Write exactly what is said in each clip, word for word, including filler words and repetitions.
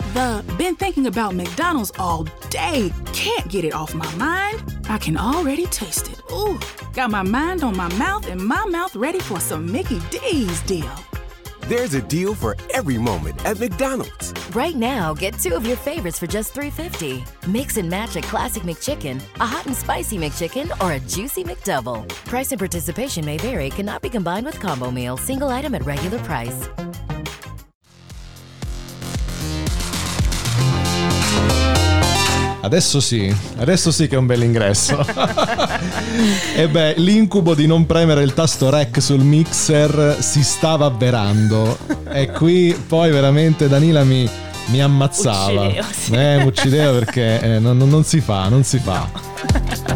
The been thinking about McDonald's all day. Can't get it off my mind. I can already taste it. Ooh, got my mind on my mouth and my mouth ready for some Mickey D's deal. There's a deal for every moment at McDonald's. Right now, get two of your favorites for just three fifty. Mix and match a classic McChicken, a hot and spicy McChicken, or a juicy McDouble. Price and participation may vary. Cannot be combined with combo meal. Single item at regular price. Adesso sì, adesso sì che è un bel ingresso. E beh, l'incubo di non premere il tasto rec sul mixer si stava avverando. E qui poi veramente Danila mi, mi ammazzava. Uccideo, sì. Eh, mi uccideva perché eh, non, non si fa, non si fa. No.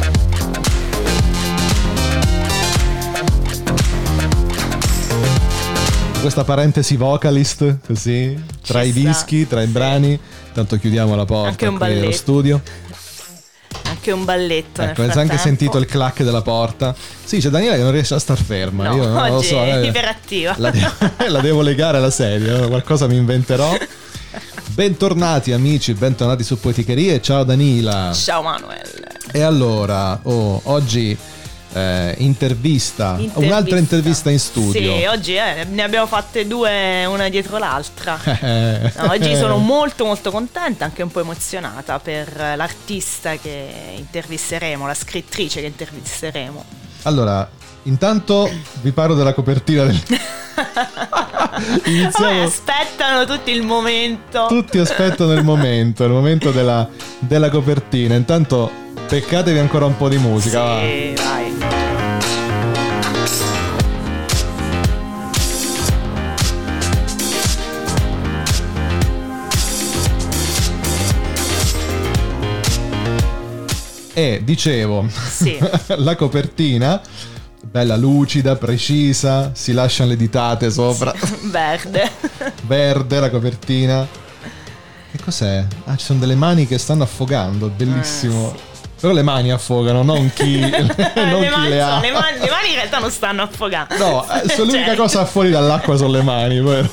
Questa parentesi vocalist, così, tra Ci i sta, dischi, tra i sì. brani. Tanto chiudiamo la porta. Anche un qui nello balletto. studio. Anche un balletto. Ecco, nel hai anche frattempo. sentito il clack della porta. Sì, c'è Daniela che non riesce a star ferma. No, Io non lo oggi so. è eh, iperattiva. La, de- la devo legare alla sedia. Qualcosa mi inventerò. Bentornati amici, bentornati su Poeticherie. Ciao Danila. Ciao Manuel. E allora, oh, oggi eh, intervista, Intervista. un'altra intervista in studio. Sì, oggi eh, ne abbiamo fatte due una dietro l'altra. Eh. No, oggi sono molto molto contenta, anche un po' emozionata per l'artista che intervisteremo, la scrittrice che intervisteremo. Allora, intanto vi parlo della copertina del... Iniziamo... Vabbè, aspettano tutti il momento. Tutti aspettano il momento, il momento della, della copertina. Intanto peccatevi ancora un po' di musica. Va. Sì, vai. E dicevo, Sì. la copertina, bella lucida, precisa, si lasciano le ditate sopra. Verde. Verde la copertina. Che cos'è? Ah, ci sono delle mani che stanno affogando, bellissimo. Eh, Però le mani affogano, non chi, non le, chi mani, le ha. le, mani, le mani in realtà non stanno affogando. No, eh, sono l'unica Cioè- cosa fuori dall'acqua sono le mani, vero?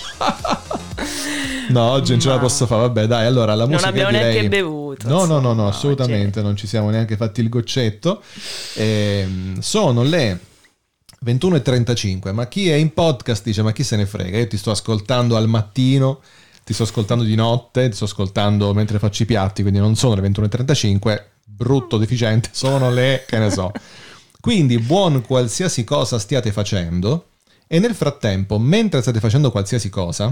No, oggi non ce la Ma- posso fare. Vabbè, dai, allora la musica abbiamo direi... neanche bevuto, No, no, no, no, insomma, assolutamente, oggi- non ci siamo neanche fatti il goccetto. Ehm, sono le ventuno e trentacinque, ma chi è in podcast dice ma chi se ne frega, io ti sto ascoltando al mattino, ti sto ascoltando di notte, ti sto ascoltando mentre faccio i piatti, quindi non sono le ventuno e trentacinque, brutto deficiente, sono le, che ne so. Quindi buon qualsiasi cosa stiate facendo, e nel frattempo, mentre state facendo qualsiasi cosa,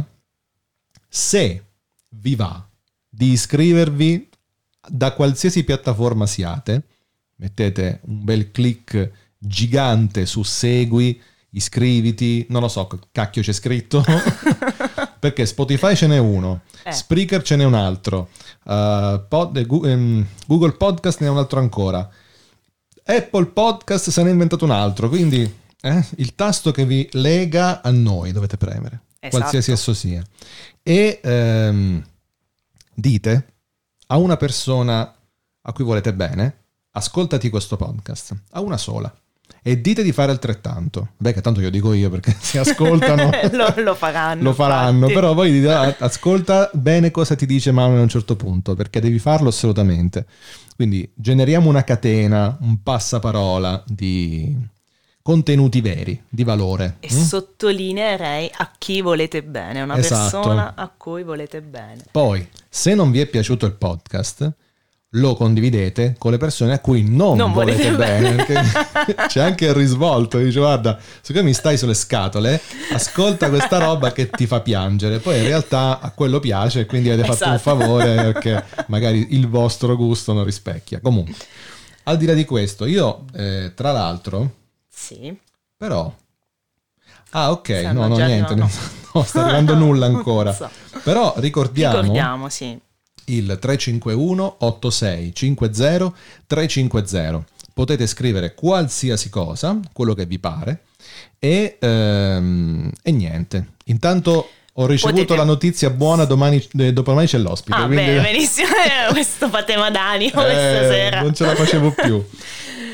se vi va di iscrivervi da qualsiasi piattaforma siate, mettete un bel click gigante su segui, iscriviti, non lo so, cacchio c'è scritto, perché Spotify ce n'è uno, Eh. Spreaker ce n'è un altro, uh, pod, eh, Gu- ehm, Google Podcast ne è un altro ancora, Apple Podcast se ne è inventato un altro, quindi eh, il tasto che vi lega a noi dovete premere, Esatto. qualsiasi esso sia, e ehm, dite a una persona a cui volete bene, ascoltati questo podcast, a una sola, e dite di fare altrettanto. Beh, che tanto io dico io perché si ascoltano, lo, lo faranno. lo faranno, infatti. però voi dite "Ah, ascolta bene cosa ti dice Manuel a un certo punto, perché devi farlo assolutamente". Quindi generiamo una catena, un passaparola di contenuti veri, di valore. E Mm? sottolineerei a chi volete bene, una Esatto. persona a cui volete bene. Poi, se non vi è piaciuto il podcast, lo condividete con le persone a cui non, Non volete, volete bene. bene. Perché c'è anche il risvolto, dice guarda, siccome mi stai sulle scatole, ascolta questa roba che ti fa piangere. Poi in realtà a quello piace, quindi avete fatto un Esatto. favore perché magari il vostro gusto non rispecchia. Comunque, al di là di questo, io eh, tra l'altro, Sì. però... Ah, ok, Stanno no, no, già- niente, no, no, no, sta arrivando nulla ancora. Non so. Però ricordiamo... Ricordiamo, sì. il tre cinque uno otto sei cinque zero tre cinque zero. Potete scrivere qualsiasi cosa, quello che vi pare, e, ehm, e niente. Intanto ho ricevuto Potete- la notizia buona, domani, eh, dopodomani c'è l'ospite. Ah, quindi, beh, benissimo. Questo patema d'animo eh, questa sera. non ce la facevo più.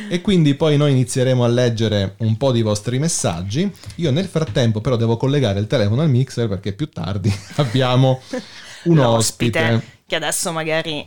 E quindi poi noi inizieremo a leggere un po' di vostri messaggi. Io nel frattempo però devo collegare il telefono al mixer perché più tardi abbiamo un L'ospite, ospite. che adesso magari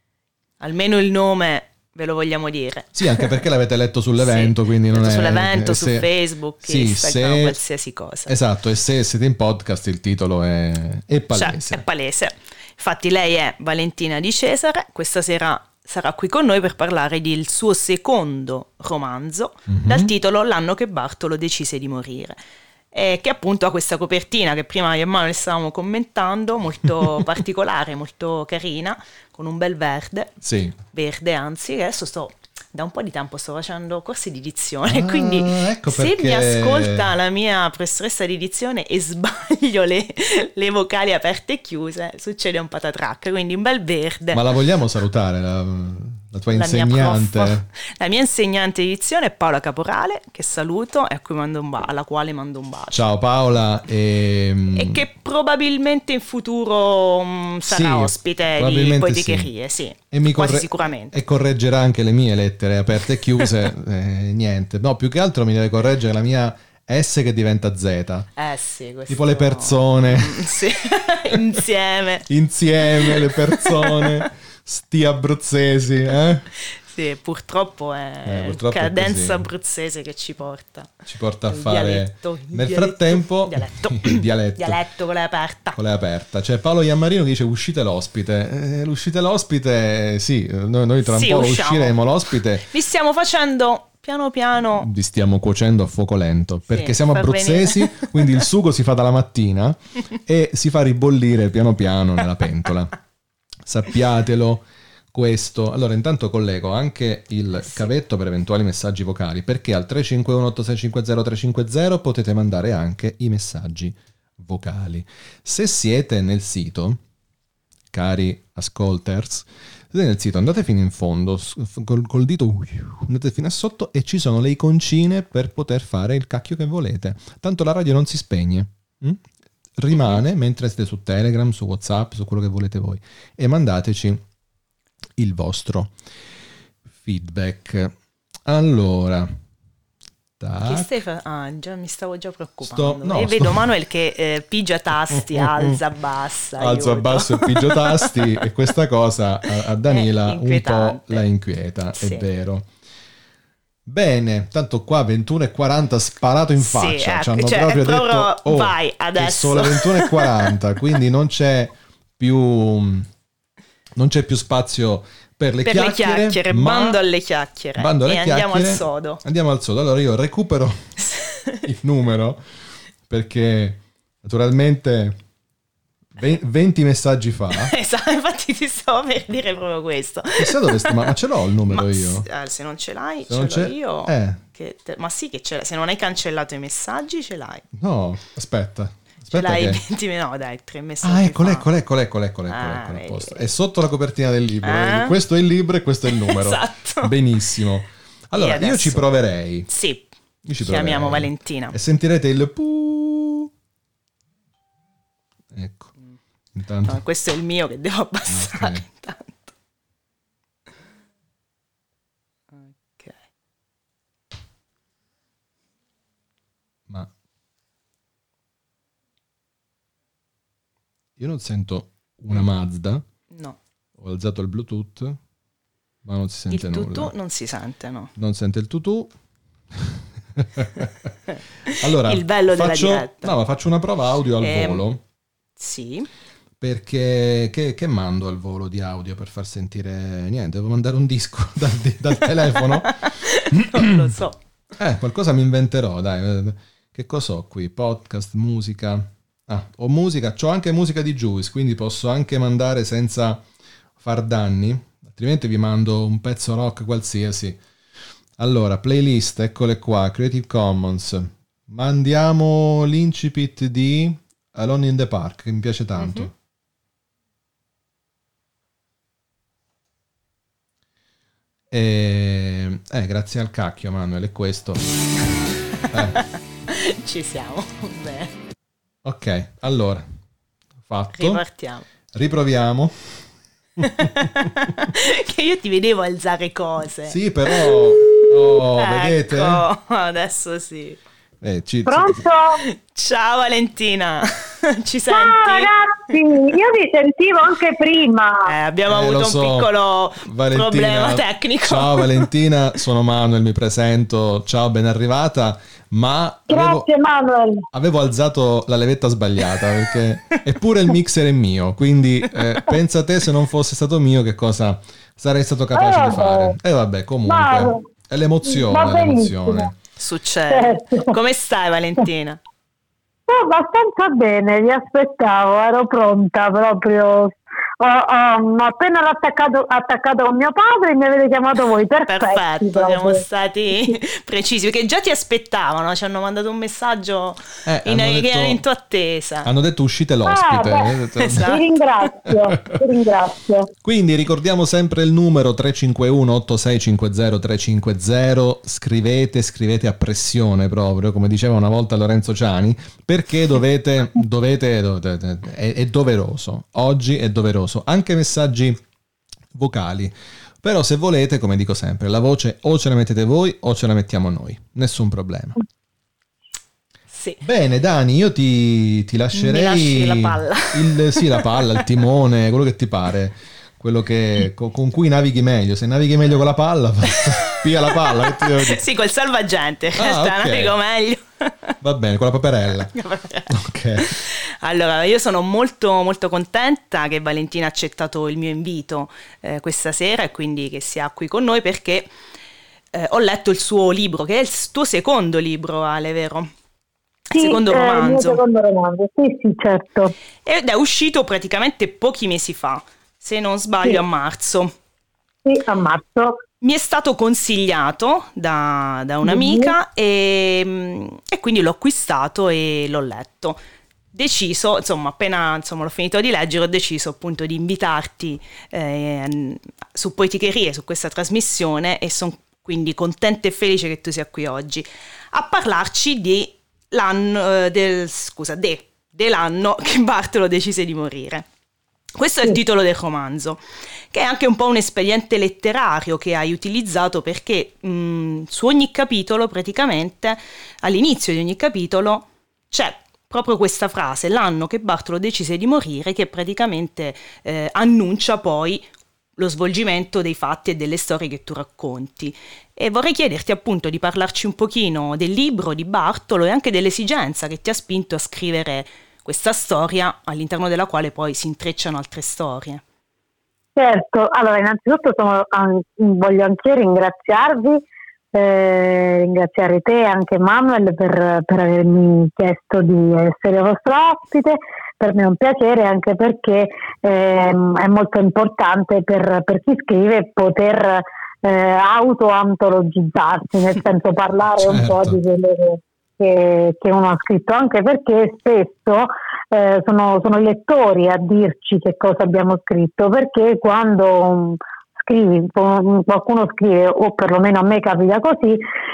almeno il nome ve lo vogliamo dire. Sì, anche perché l'avete letto sull'evento, Sì, quindi non letto è... sull'evento, se, su Facebook, sì, Instagram, se, qualsiasi cosa. Esatto, e se siete in podcast il titolo è, è palese. Cioè, è palese. Infatti lei è Valentina Di Cesare, questa sera sarà qui con noi per parlare del suo secondo romanzo, mm-hmm. dal titolo L'anno che Bartolo decise di morire. E che appunto ha questa copertina che prima io e Manuel stavamo commentando, molto particolare, molto carina, con un bel verde, sì. verde anzi, che adesso sto, da un po' di tempo sto facendo corsi di dizione, ah, quindi ecco se perché... mi ascolta la mia professoressa di dizione e sbaglio le, le vocali aperte e chiuse, succede un patatrac, quindi un bel verde. Ma la vogliamo salutare, la, la tua La insegnante? Mia prof, la mia insegnante di dizione è Paola Caporale, che saluto e a cui mando un ba- alla quale mando un bacio. Ciao Paola. E, e che probabilmente in futuro um, sarà sì, ospite di Poeticherie, sì, sì. E mi quasi corre- sicuramente. E correggerà anche le mie lettere aperte e chiuse, eh, niente. No, più che altro mi deve correggere la mia S che diventa Z. Eh sì, questo... Tipo le persone. Sì, insieme. Insieme le persone, sti abruzzesi, eh? Sì, purtroppo è eh, purtroppo cadenza è abruzzese che ci porta. Ci porta a il fare... Dialetto, il Nel dialetto, frattempo... Dialetto. il dialetto. Dialetto con lei aperta. Con lei aperta. C'è Paolo Iammarino che dice uscite l'ospite. Eh, l'uscite l'ospite, sì, noi, noi tra un sì, po' usciamo. usciremo l'ospite. Vi stiamo facendo... piano piano Vi stiamo cuocendo a fuoco lento perché sì, siamo abruzzesi, venire. Quindi il sugo si fa dalla mattina e si fa ribollire piano piano nella pentola. Sappiatelo questo. Allora intanto collego anche il sì. cavetto per eventuali messaggi vocali, perché al tre cinque uno otto sei cinque zero tre cinque zero potete mandare anche i messaggi vocali. Se siete nel sito, cari ascolters, siete nel sito, andate fino in fondo col, col dito, andate fino a sotto e ci sono le iconcine per poter fare il cacchio che volete. Tanto la radio non si spegne, hm? rimane mentre siete su Telegram, su WhatsApp, su quello che volete voi, e mandateci il vostro feedback. Allora, che stai fa- ah, già mi stavo già preoccupando. Sto, no, e sto... vedo Manuel che eh, pigia tasti, alza, abbassa. Alzo, abbasso e pigio tasti e questa cosa a, a Danila un po' la inquieta, sì. È vero. Bene, tanto qua ventuno e quaranta sparato in faccia, sì, ecco, ci hanno cioè, proprio detto proprio, oh, vai adesso. che sono le ventuno e quaranta, quindi non c'è più non c'è più spazio per le per chiacchiere, le chiacchiere ma bando alle chiacchiere bando alle e chiacchiere, andiamo al sodo. Andiamo al sodo. Allora io recupero il numero perché naturalmente venti messaggi fa. Esatto, infatti ti stavo per dire proprio questo. Chissà dove sta, ma ce l'ho il numero ma io. Se, se non ce l'hai, se ce non l'ho c'è, io. Eh. Che te, ma sì che ce l'hai. Se non hai cancellato i messaggi, ce l'hai. No, aspetta. Ce Aspetta l'hai che... venti, no dai, tre messaggi. Ah, eccolo, fa. eccolo, eccolo, eccolo, eccolo, ah, eccolo, eccolo posto. È sotto la copertina del libro. Ah. Questo è il libro e questo è il numero. Esatto. Benissimo. Allora, adesso... io ci proverei. Sì. Io ci Chiamiamo proverei. Valentina. E sentirete il pu. Ecco. Intanto... No, questo è il mio che devo abbassare. Okay. Intanto. Ok. Ma io non sento una Mazda. No. Ho alzato il Bluetooth, ma non si sente il nulla. Il tutù non si sente, no. Non sente il tutù. Allora, il bello faccio, della diretta. No, ma faccio una prova audio al eh, volo. Sì. Perché che, che mando al volo di audio per far sentire niente? Devo mandare un disco dal, dal telefono? Non lo so. Eh, qualcosa mi inventerò, dai. Che cosa ho qui? Podcast, musica. Ah, ho musica, c'ho anche musica di Juice, quindi posso anche mandare senza far danni, altrimenti vi mando un pezzo rock qualsiasi. Allora, playlist, eccole qua, Creative Commons. Mandiamo l'incipit di Alone in the Park, che mi piace tanto. Mm-hmm. E... Eh, grazie al cacchio, Manuel, è questo. Eh. Ci siamo, bene. Ok, allora, fatto. Ripartiamo. Riproviamo. Che io ti vedevo alzare cose. Sì, però Oh, ecco, vedete? adesso sì. Eh, ci, Pronto? ci... Ciao Valentina, ci Ciao senti? ragazzi, io vi sentivo anche prima. Eh, abbiamo Eh, avuto lo un so. piccolo Valentina, problema tecnico. Ciao Valentina, sono Manuel, mi presento. Ciao, ben arrivata. Ma avevo, Grazie Manuel. avevo alzato la levetta sbagliata perché eppure il mixer è mio. Quindi eh, pensa te, se non fosse stato mio, che cosa sarei stato capace Eh, di fare. E vabbè, comunque Ma- è l'emozione, va è benissimo. l'emozione. Succede. Certo. Come stai Valentina? Sto abbastanza bene, vi aspettavo, ero pronta proprio. Ho, ho appena attaccato, attaccato con mio padre e mi avete chiamato voi. Perfetti, Perfetto, proprio. siamo stati precisi perché già ti aspettavano, ci hanno mandato un messaggio Eh, in, hanno che detto- era in tua attesa. Hanno detto uscite Ah, l'ospite. beh, Io ho detto- esatto. Vi ringrazio, vi ringrazio. Quindi ricordiamo sempre il numero tre cinque uno otto sei cinque zero tre cinque zero, scrivete, scrivete a pressione proprio, come diceva una volta Lorenzo Ciani, perché dovete, dovete, dovete è, è doveroso, oggi è doveroso, anche messaggi vocali, però se volete, come dico sempre, la voce o ce la mettete voi o ce la mettiamo noi, nessun problema. Sì. Bene Dani, io ti, ti lascerei Mi lasci la palla. il, sì, la palla, il timone, quello che ti pare, quello che, con, con cui navighi meglio. Se navighi meglio con la palla, pia la palla. Che ti devo dire? Sì, col salvagente, in Ah, realtà ok. navigo meglio. Va bene, con la paperella. Ok. Allora, io sono molto molto contenta che Valentina ha accettato il mio invito eh, questa sera e quindi che sia qui con noi perché eh, ho letto il suo libro, che è il tuo secondo libro, Ale, vero? Sì, secondo eh, il mio romanzo. secondo romanzo, sì, sì, certo. Ed è uscito praticamente pochi mesi fa, se non sbaglio Sì. a marzo. Sì, a marzo. Mi è stato consigliato da, da un'amica e, e quindi l'ho acquistato e l'ho letto. Deciso, insomma, appena insomma, l'ho finito di leggere, ho deciso appunto di invitarti eh, su Poeticherie, su questa trasmissione, e sono quindi contenta e felice che tu sia qui oggi a parlarci di l'anno eh, del scusa, de, dell'anno che Bartolo decise di morire. Questo è il titolo del romanzo, che è anche un po' un espediente letterario che hai utilizzato perché mh, su ogni capitolo, praticamente, all'inizio di ogni capitolo, c'è proprio questa frase, l'anno che Bartolo decise di morire, che praticamente eh, annuncia poi lo svolgimento dei fatti e delle storie che tu racconti. E vorrei chiederti appunto di parlarci un pochino del libro di Bartolo e anche dell'esigenza che ti ha spinto a scrivere questa storia all'interno della quale poi si intrecciano altre storie. Certo, allora innanzitutto sono, an- voglio anch'io ringraziarvi, eh, ringraziare te e anche Manuel per, per avermi chiesto di essere vostro ospite. Per me è un piacere anche perché ehm, è molto importante per, per chi scrive poter eh, auto-antologizzarsi, nel senso parlare un po' Certo. di quello che, che, che uno ha scritto, anche perché spesso eh, sono, sono i lettori a dirci che cosa abbiamo scritto, perché quando um, scrivi, qualcuno scrive, o perlomeno a me capita così,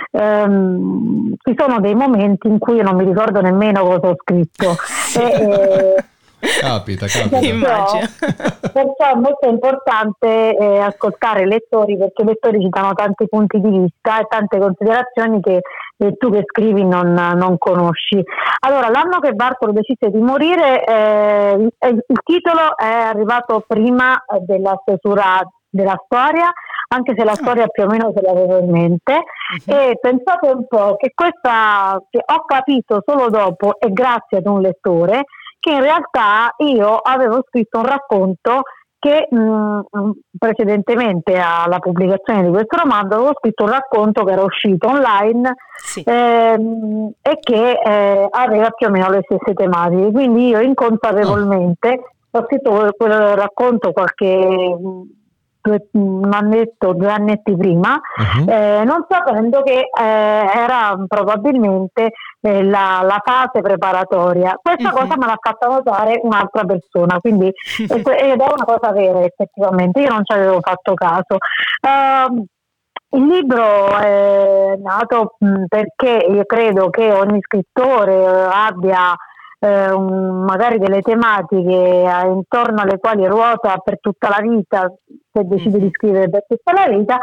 ehm, ci sono dei momenti in cui io non mi ricordo nemmeno cosa ho scritto. Sì. E, e, Capita, capita. Perciò, Immagino. perciò è molto importante eh, ascoltare i lettori, perché i lettori ci danno tanti punti di vista e tante considerazioni che eh, tu che scrivi non, non conosci. Allora, l'anno che Bartolo decise di morire, eh, il, il titolo è arrivato prima della stesura della storia, anche se la storia più o meno ce l'avevo in mente. Uh-huh. E pensate un po' che questa che ho capito solo dopo e grazie ad un lettore, che in realtà io avevo scritto un racconto che mh, precedentemente alla pubblicazione di questo romanzo avevo scritto un racconto che era uscito online, Sì. ehm, e che eh, aveva più o meno le stesse tematiche, quindi io inconsapevolmente oh. ho scritto quel racconto qualche due, un annetto, due annetti prima, uh-huh. eh, non sapendo che eh, era probabilmente eh, la, la fase preparatoria. Questa uh-huh. cosa me l'ha fatta notare un'altra persona, quindi ed è una cosa vera effettivamente, io non ci avevo fatto caso. Uh, il libro è nato mh, perché io credo che ogni scrittore eh, abbia eh, un, magari delle tematiche eh, intorno alle quali ruota per tutta la vita, se decide di scrivere per tutta la vita,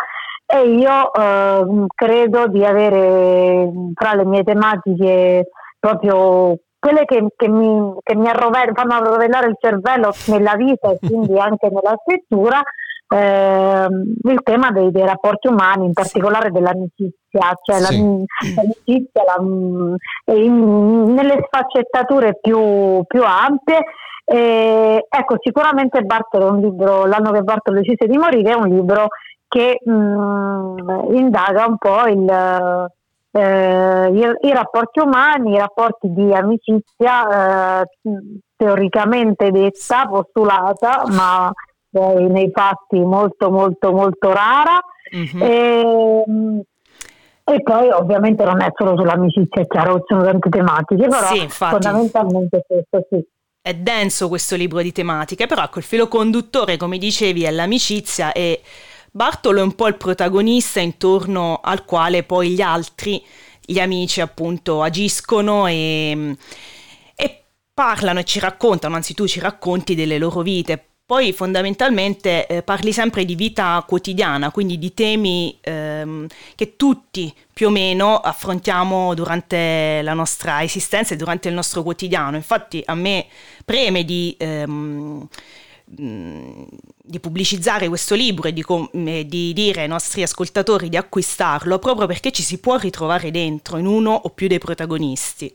e io eh, credo di avere tra le mie tematiche proprio quelle che, che mi, che mi arrover- fanno arrovellare il cervello nella vita e quindi anche nella scrittura, eh, il tema dei, dei rapporti umani, in particolare dell'amicizia, cioè Sì. la, l'amicizia la, in, nelle sfaccettature più, più ampie. E, ecco, sicuramente Bartolo è un libro, L'anno che Bartolo decise di morire, è un libro che mh, indaga un po' il Eh, i, i rapporti umani, i rapporti di amicizia, eh, teoricamente detta, postulata, ma eh, nei fatti molto molto molto rara. Mm-hmm. E, e poi ovviamente non è solo sull'amicizia, è chiaro, ci sono tante tematiche, però sì, infatti, fondamentalmente questo sì. È denso questo libro di tematiche, però ecco, il filo conduttore, come dicevi, è l'amicizia e Bartolo è un po' il protagonista intorno al quale poi gli altri, gli amici appunto, agiscono e, e parlano e ci raccontano, anzi tu ci racconti delle loro vite. Poi fondamentalmente eh, parli sempre di vita quotidiana, quindi di temi ehm, che tutti più o meno affrontiamo durante la nostra esistenza e durante il nostro quotidiano. Infatti a me preme di... Ehm, di pubblicizzare questo libro e di, di dire ai nostri ascoltatori di acquistarlo proprio perché ci si può ritrovare dentro in uno o più dei protagonisti.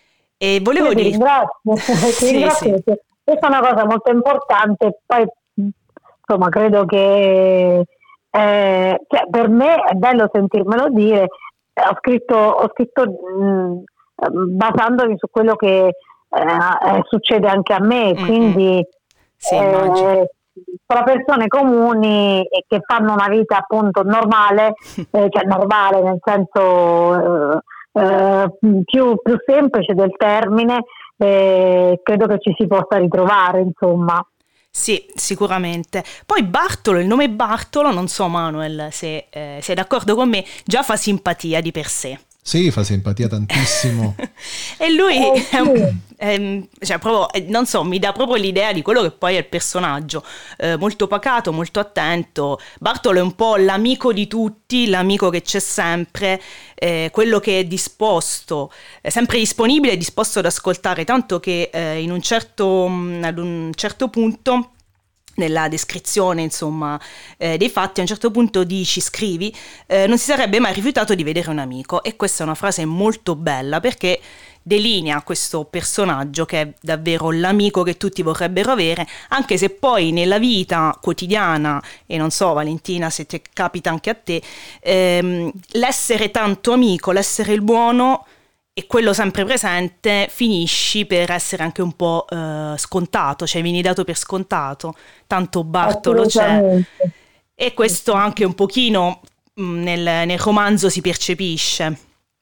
E volevo dire... Ti ringrazio, sì, ti ringrazio sì. Questa è una cosa molto importante, poi insomma credo che eh, cioè, per me è bello sentirmelo dire. Ho scritto, ho scritto mh, basandomi su quello che eh, succede anche a me, mm-hmm. quindi sì, eh, tra persone comuni e che fanno una vita appunto normale, eh, cioè normale nel senso eh, eh, più, più semplice del termine, eh, credo che ci si possa ritrovare, insomma. Sì, sicuramente. Poi Bartolo, il nome Bartolo, non so Manuel se eh, sei d'accordo con me, già fa simpatia di per sé. Sì, fa simpatia tantissimo. E lui eh, è un, è, cioè proprio, non so, mi dà proprio l'idea di quello che poi è il personaggio, eh, molto pacato, molto attento. Bartolo è un po' l'amico di tutti, l'amico che c'è sempre, eh, quello che è disposto, è sempre disponibile e disposto ad ascoltare, tanto che eh, in un certo, ad un certo punto, nella descrizione insomma eh, dei fatti, a un certo punto dici, scrivi, eh, non si sarebbe mai rifiutato di vedere un amico, e questa è una frase molto bella perché delinea questo personaggio che è davvero l'amico che tutti vorrebbero avere, anche se poi nella vita quotidiana, e non so Valentina se ti capita anche a te, ehm, l'essere tanto amico, l'essere il buono e quello sempre presente, finisci per essere anche un po' eh, scontato, cioè vieni dato per scontato, tanto Bartolo c'è, e questo anche un pochino mh, nel, nel romanzo si percepisce.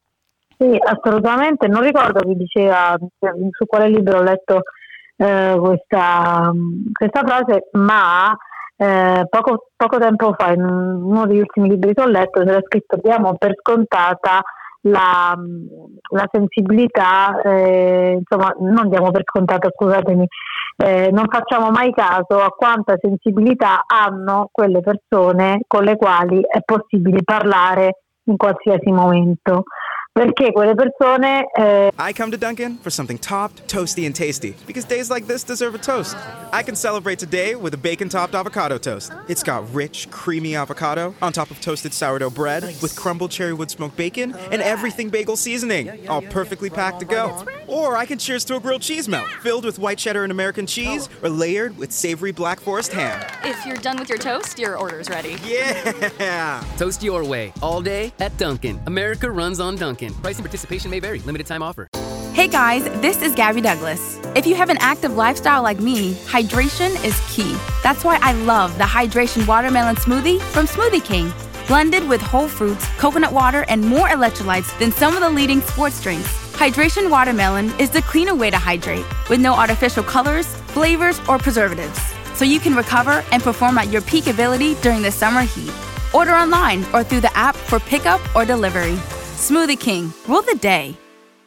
Sì, assolutamente, non ricordo chi diceva, su quale libro ho letto eh, questa, questa frase, ma eh, poco, poco tempo fa, in uno degli ultimi libri che ho letto, c'era scritto: diamo per scontata La, la sensibilità, eh, insomma non diamo per scontato, scusatemi, eh, non facciamo mai caso a quanta sensibilità hanno quelle persone con le quali è possibile parlare in qualsiasi momento, perché quelle persone eh... I come to Dunkin' for something topped, toasty and tasty, because days like this deserve a toast. I can celebrate today with a bacon-topped avocado toast. It's got rich, creamy avocado on top of toasted sourdough bread with crumbled cherry wood smoked bacon and everything bagel seasoning, all perfectly packed to go. Or I can cheers to a grilled cheese melt filled with white cheddar and American cheese or layered with savory Black Forest ham. If you're done with your toast, your order's ready. Yeah! Toast your way all day at Dunkin'. America runs on Dunkin'. Price and participation may vary. Limited time offer. Hey guys, this is Gabby Douglas. If you have an active lifestyle like me, hydration is key. That's why I love the Hydration Watermelon Smoothie from Smoothie King. Blended with whole fruits, coconut water, and more electrolytes than some of the leading sports drinks. Hydration Watermelon is the cleaner way to hydrate, with no artificial colors, flavors, or preservatives. So you can recover and perform at your peak ability during the summer heat. Order online or through the app for pickup or delivery. Smoothie King, rule the day.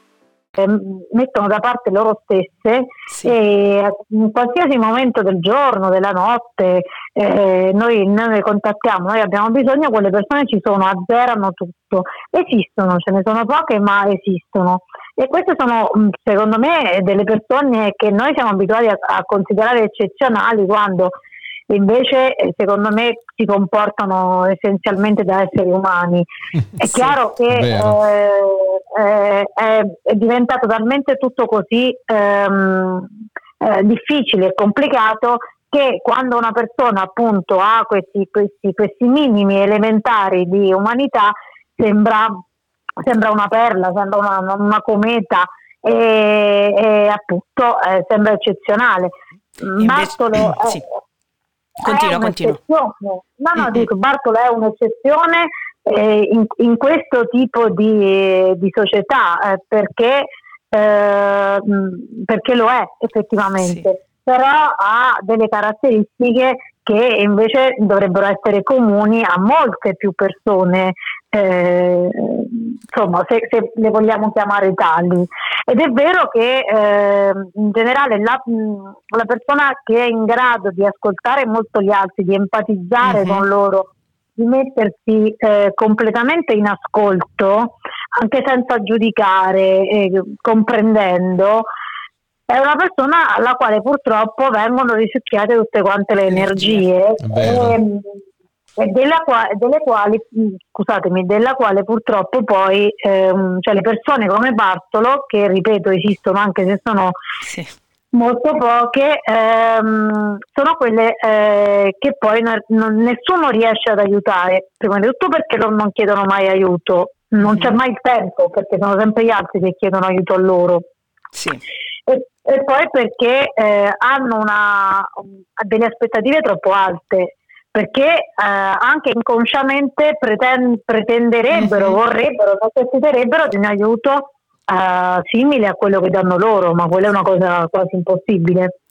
eh, mettono da parte loro stesse, Sì. e in qualsiasi momento del giorno, della notte, eh, noi, noi le contattiamo, noi abbiamo bisogno, quelle persone ci sono, azzerano tutto, esistono, ce ne sono poche ma esistono, e queste sono mh, secondo me delle persone che noi siamo abituati a, a considerare eccezionali, quando invece eh, secondo me si comportano essenzialmente da esseri umani. È Sì, chiaro che vero. eh, eh, è, è diventato talmente tutto così ehm, eh, difficile e complicato, che quando una persona appunto ha questi, questi, questi minimi elementari di umanità sembra, sembra una perla, sembra una, una cometa, e, e appunto eh, sembra eccezionale. Invece- Bartolo è, sì. Continua, è continua. un'eccezione. No, no, Mm-mm. dico, Bartolo è un'eccezione eh, in, in questo tipo di, di società, eh, perché, eh, mh, perché lo è effettivamente, però ha delle caratteristiche che invece dovrebbero essere comuni a molte più persone, eh, insomma, se, se le vogliamo chiamare tali. Ed è vero che eh, in generale la, la persona che è in grado di ascoltare molto gli altri, di empatizzare Mhm. con loro, di mettersi eh, completamente in ascolto, anche senza giudicare, eh, comprendendo, è una persona alla quale purtroppo vengono risucchiate tutte quante le energie, È vero. e, e della qua- delle quali, mh, scusatemi, della quale purtroppo poi ehm, cioè le persone come Bartolo, che ripeto esistono anche se sono Sì. molto poche, ehm, sono quelle eh, che poi non, non- nessuno riesce ad aiutare, prima di tutto perché loro non chiedono mai aiuto, non c'è mai il tempo, perché sono sempre gli altri che chiedono aiuto a loro. Sì. E, e poi perché eh, hanno una, delle aspettative troppo alte, perché eh, anche inconsciamente preten- pretenderebbero, Mhm. vorrebbero, necessiterebbero di un aiuto eh, simile a quello che danno loro, ma quella è una cosa quasi impossibile.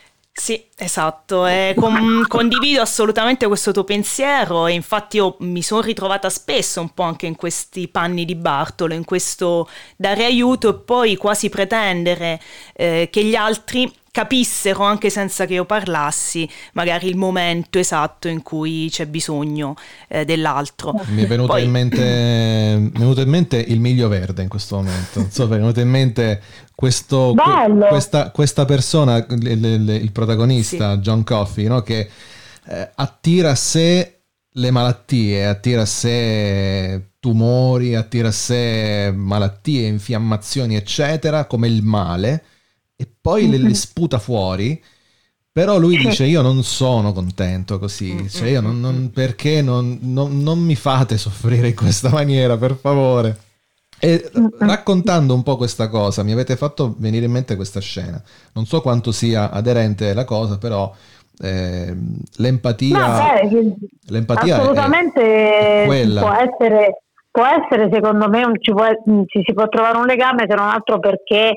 Sì, esatto, e con- condivido assolutamente questo tuo pensiero, e infatti io mi sono ritrovata spesso un po' anche in questi panni di Bartolo, in questo dare aiuto e poi quasi pretendere eh, che gli altri capissero, anche senza che io parlassi, magari il momento esatto in cui c'è bisogno eh, dell'altro. Mi è venuto Poi- in mente mi è venuto in mente il miglio verde in questo momento. Non so, mi è venuto in mente questo, que- Bello! questa, questa persona, il, il- il protagonista, John Coffey, no? Che eh, attira a sé le malattie, attira a sé tumori, attira a sé malattie, infiammazioni, eccetera, come il male, e poi le, le sputa fuori. Però lui dice: io non sono contento così, cioè io non, non- perché non, non- non mi fate soffrire in questa maniera, per favore. E raccontando un po' questa cosa mi avete fatto venire in mente questa scena. Non so quanto sia aderente la cosa, però eh, l'empatia, No, beh, l'empatia è- assolutamente è quella. può essere, può essere secondo me un- ci, può, ci si può trovare un legame, se non altro perché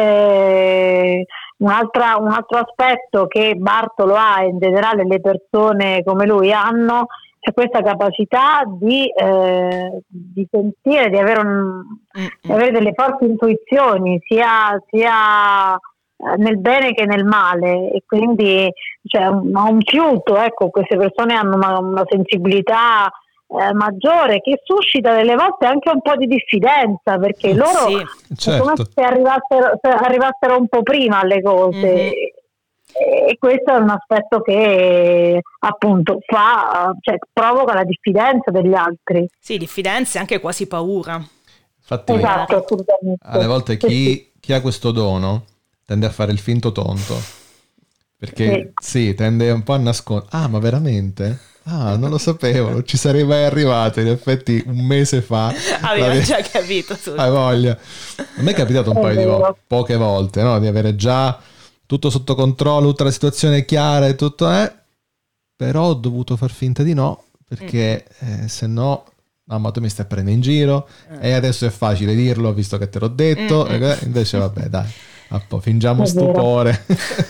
eh, un'altra, un altro aspetto che Bartolo ha, e in generale le persone come lui hanno, è questa capacità di, eh, di sentire, di avere, un, di avere delle forti intuizioni, sia, sia eh, nel bene che nel male, e quindi cioè, un, un fiuto, ecco, queste persone hanno una, una sensibilità eh, maggiore, che suscita delle volte anche un po' di diffidenza, perché loro Sì, è come certo. se arrivassero, se arrivassero un po' prima alle cose. Mhm. E questo è un aspetto che appunto fa, cioè, provoca la diffidenza degli altri. sì, diffidenza e anche quasi paura. Infatti Esatto, assolutamente. alle volte Sì, sì. chi, chi ha questo dono tende a fare il finto tonto, perché sì, tende un po' a nascondere. Ah, ma veramente? Ah, non lo sapevo, non ci sarei mai arrivato. In effetti un mese fa Aveva l'avevo- già capito tu. hai voglia. A me è capitato un È paio di vero. volte, poche volte, no? Di avere già tutto sotto controllo, tutta la situazione chiara e tutto, eh? Però ho dovuto far finta di no, perché eh, se no, no, ma tu mi stai prendendo in giro, e adesso è facile dirlo visto che te l'ho detto, Mm-mm. e invece vabbè, dai, a po', fingiamo È vero. stupore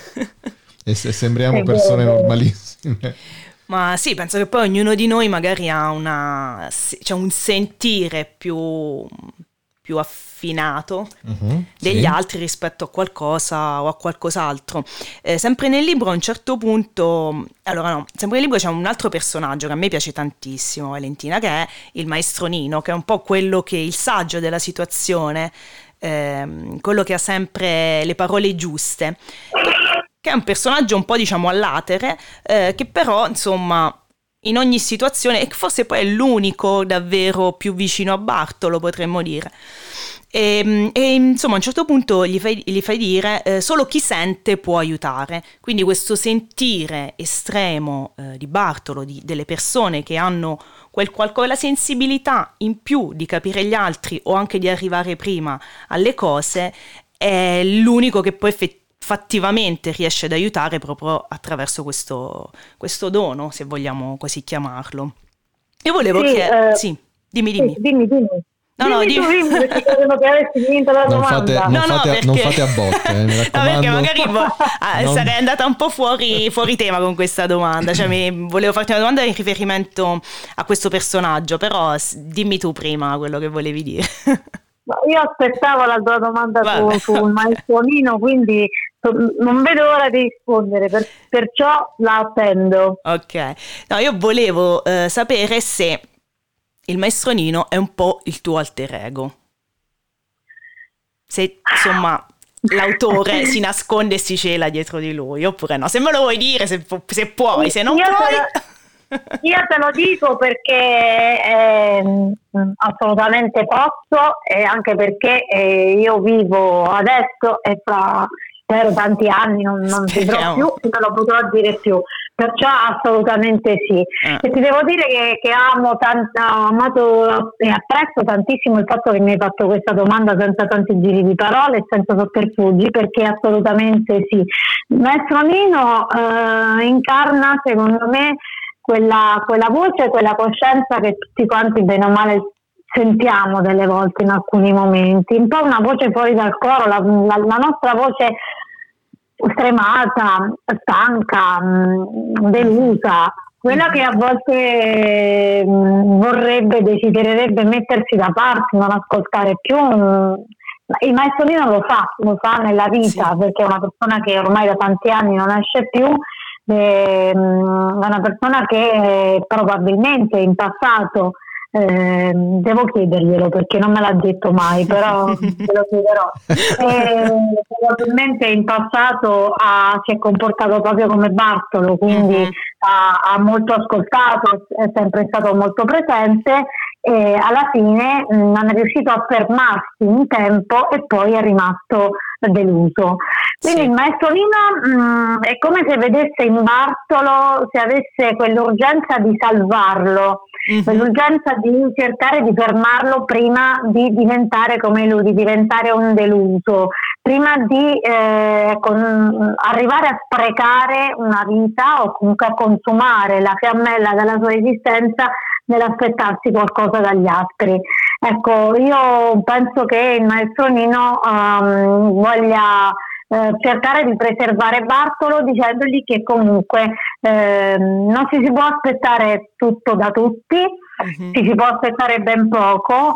e se sembriamo È vero, persone è vero. normalissime. Ma sì, penso che poi ognuno di noi magari ha una, c'è un sentire più, più più affinato uh-huh, degli sì. altri rispetto a qualcosa o a qualcos'altro. Eh, sempre nel libro a un certo punto, allora no, sempre nel libro c'è un altro personaggio che a me piace tantissimo, Valentina, che è il maestro Nino, che è un po' quello che il saggio della situazione, ehm, quello che ha sempre le parole giuste, che è un personaggio un po' diciamo all'atere, eh, che però insomma in ogni situazione, e forse poi è l'unico davvero più vicino a Bartolo, potremmo dire. E, e insomma a un certo punto gli fai, gli fai dire eh, solo chi sente può aiutare, quindi questo sentire estremo eh, di Bartolo, di, delle persone che hanno quel qualcosa, la sensibilità in più di capire gli altri o anche di arrivare prima alle cose, è l'unico che poi effettivamente fattivamente riesce ad aiutare proprio attraverso questo, questo dono, se vogliamo così chiamarlo. Io volevo sì, che... Eh, sì, dimmi, dimmi. Sì, dimmi, dimmi. No, dimmi no, tu, dimmi. dimmi, perché credo che avessi finito la Non domanda. fate, non No, no, fate, perché- non fate a botte, eh, mi No, raccomando. perché magari vo- ah, Non- sarei andata un po' fuori, fuori tema con questa domanda, cioè mi, volevo farti una domanda in riferimento a questo personaggio, però s- dimmi tu prima quello che volevi dire. Ma io aspettavo la tua domanda Vabbè, su, sul ok. maestro Nino, quindi to- non vedo l'ora di rispondere, per- perciò la attendo. Ok, no, io volevo eh, sapere se il maestro Nino è un po' il tuo alter ego. Se insomma l'autore si nasconde e si cela dietro di lui, oppure no. Se me lo vuoi dire, se, pu- se puoi, se non Io te puoi... lo- Io te lo dico perché ehm, assolutamente posso, e anche perché eh, io vivo adesso e fra spero tanti anni non, non vivrò Speriamo. più, non te lo potrò dire più, perciò assolutamente sì. Ah. E ti devo dire che, che amo tant- ho amato e apprezzo tantissimo il fatto che mi hai fatto questa domanda senza tanti giri di parole e senza sotterfugi, perché assolutamente sì. Maestro Nino eh, incarna secondo me quella, quella voce, quella coscienza che tutti quanti bene o male sentiamo delle volte in alcuni momenti, un po' una voce fuori dal coro, la, la, la nostra voce stremata, stanca, mh, delusa, quella che a volte mh, vorrebbe, desidererebbe mettersi da parte, non ascoltare più. Mh, il maestro Nino lo fa, lo fa nella vita, Sì. perché è una persona che ormai da tanti anni non esce più, è una persona che eh, probabilmente in passato, eh, devo chiederglielo perché non me l'ha detto mai, però te lo chiederò, eh, probabilmente in passato ha, si è comportato proprio come Bartolo, quindi Mhm. ha, ha molto ascoltato, è sempre stato molto presente, e alla fine mh, non è riuscito a fermarsi in tempo e poi è rimasto deluso. Quindi Sì. il maestro Nino mh, è come se vedesse in Bartolo, se avesse quell'urgenza di salvarlo, Mhm. quell'urgenza di cercare di fermarlo prima di diventare come lui, di diventare un deluso, prima di eh, con- arrivare a sprecare una vita o comunque a consumare la fiammella della sua esistenza nell'aspettarsi qualcosa dagli altri. Ecco, io penso che il maestro Nino ehm, voglia eh, cercare di preservare Bartolo dicendogli che comunque ehm, non si, si può aspettare tutto da tutti, Mhm. ci si può aspettare ben poco,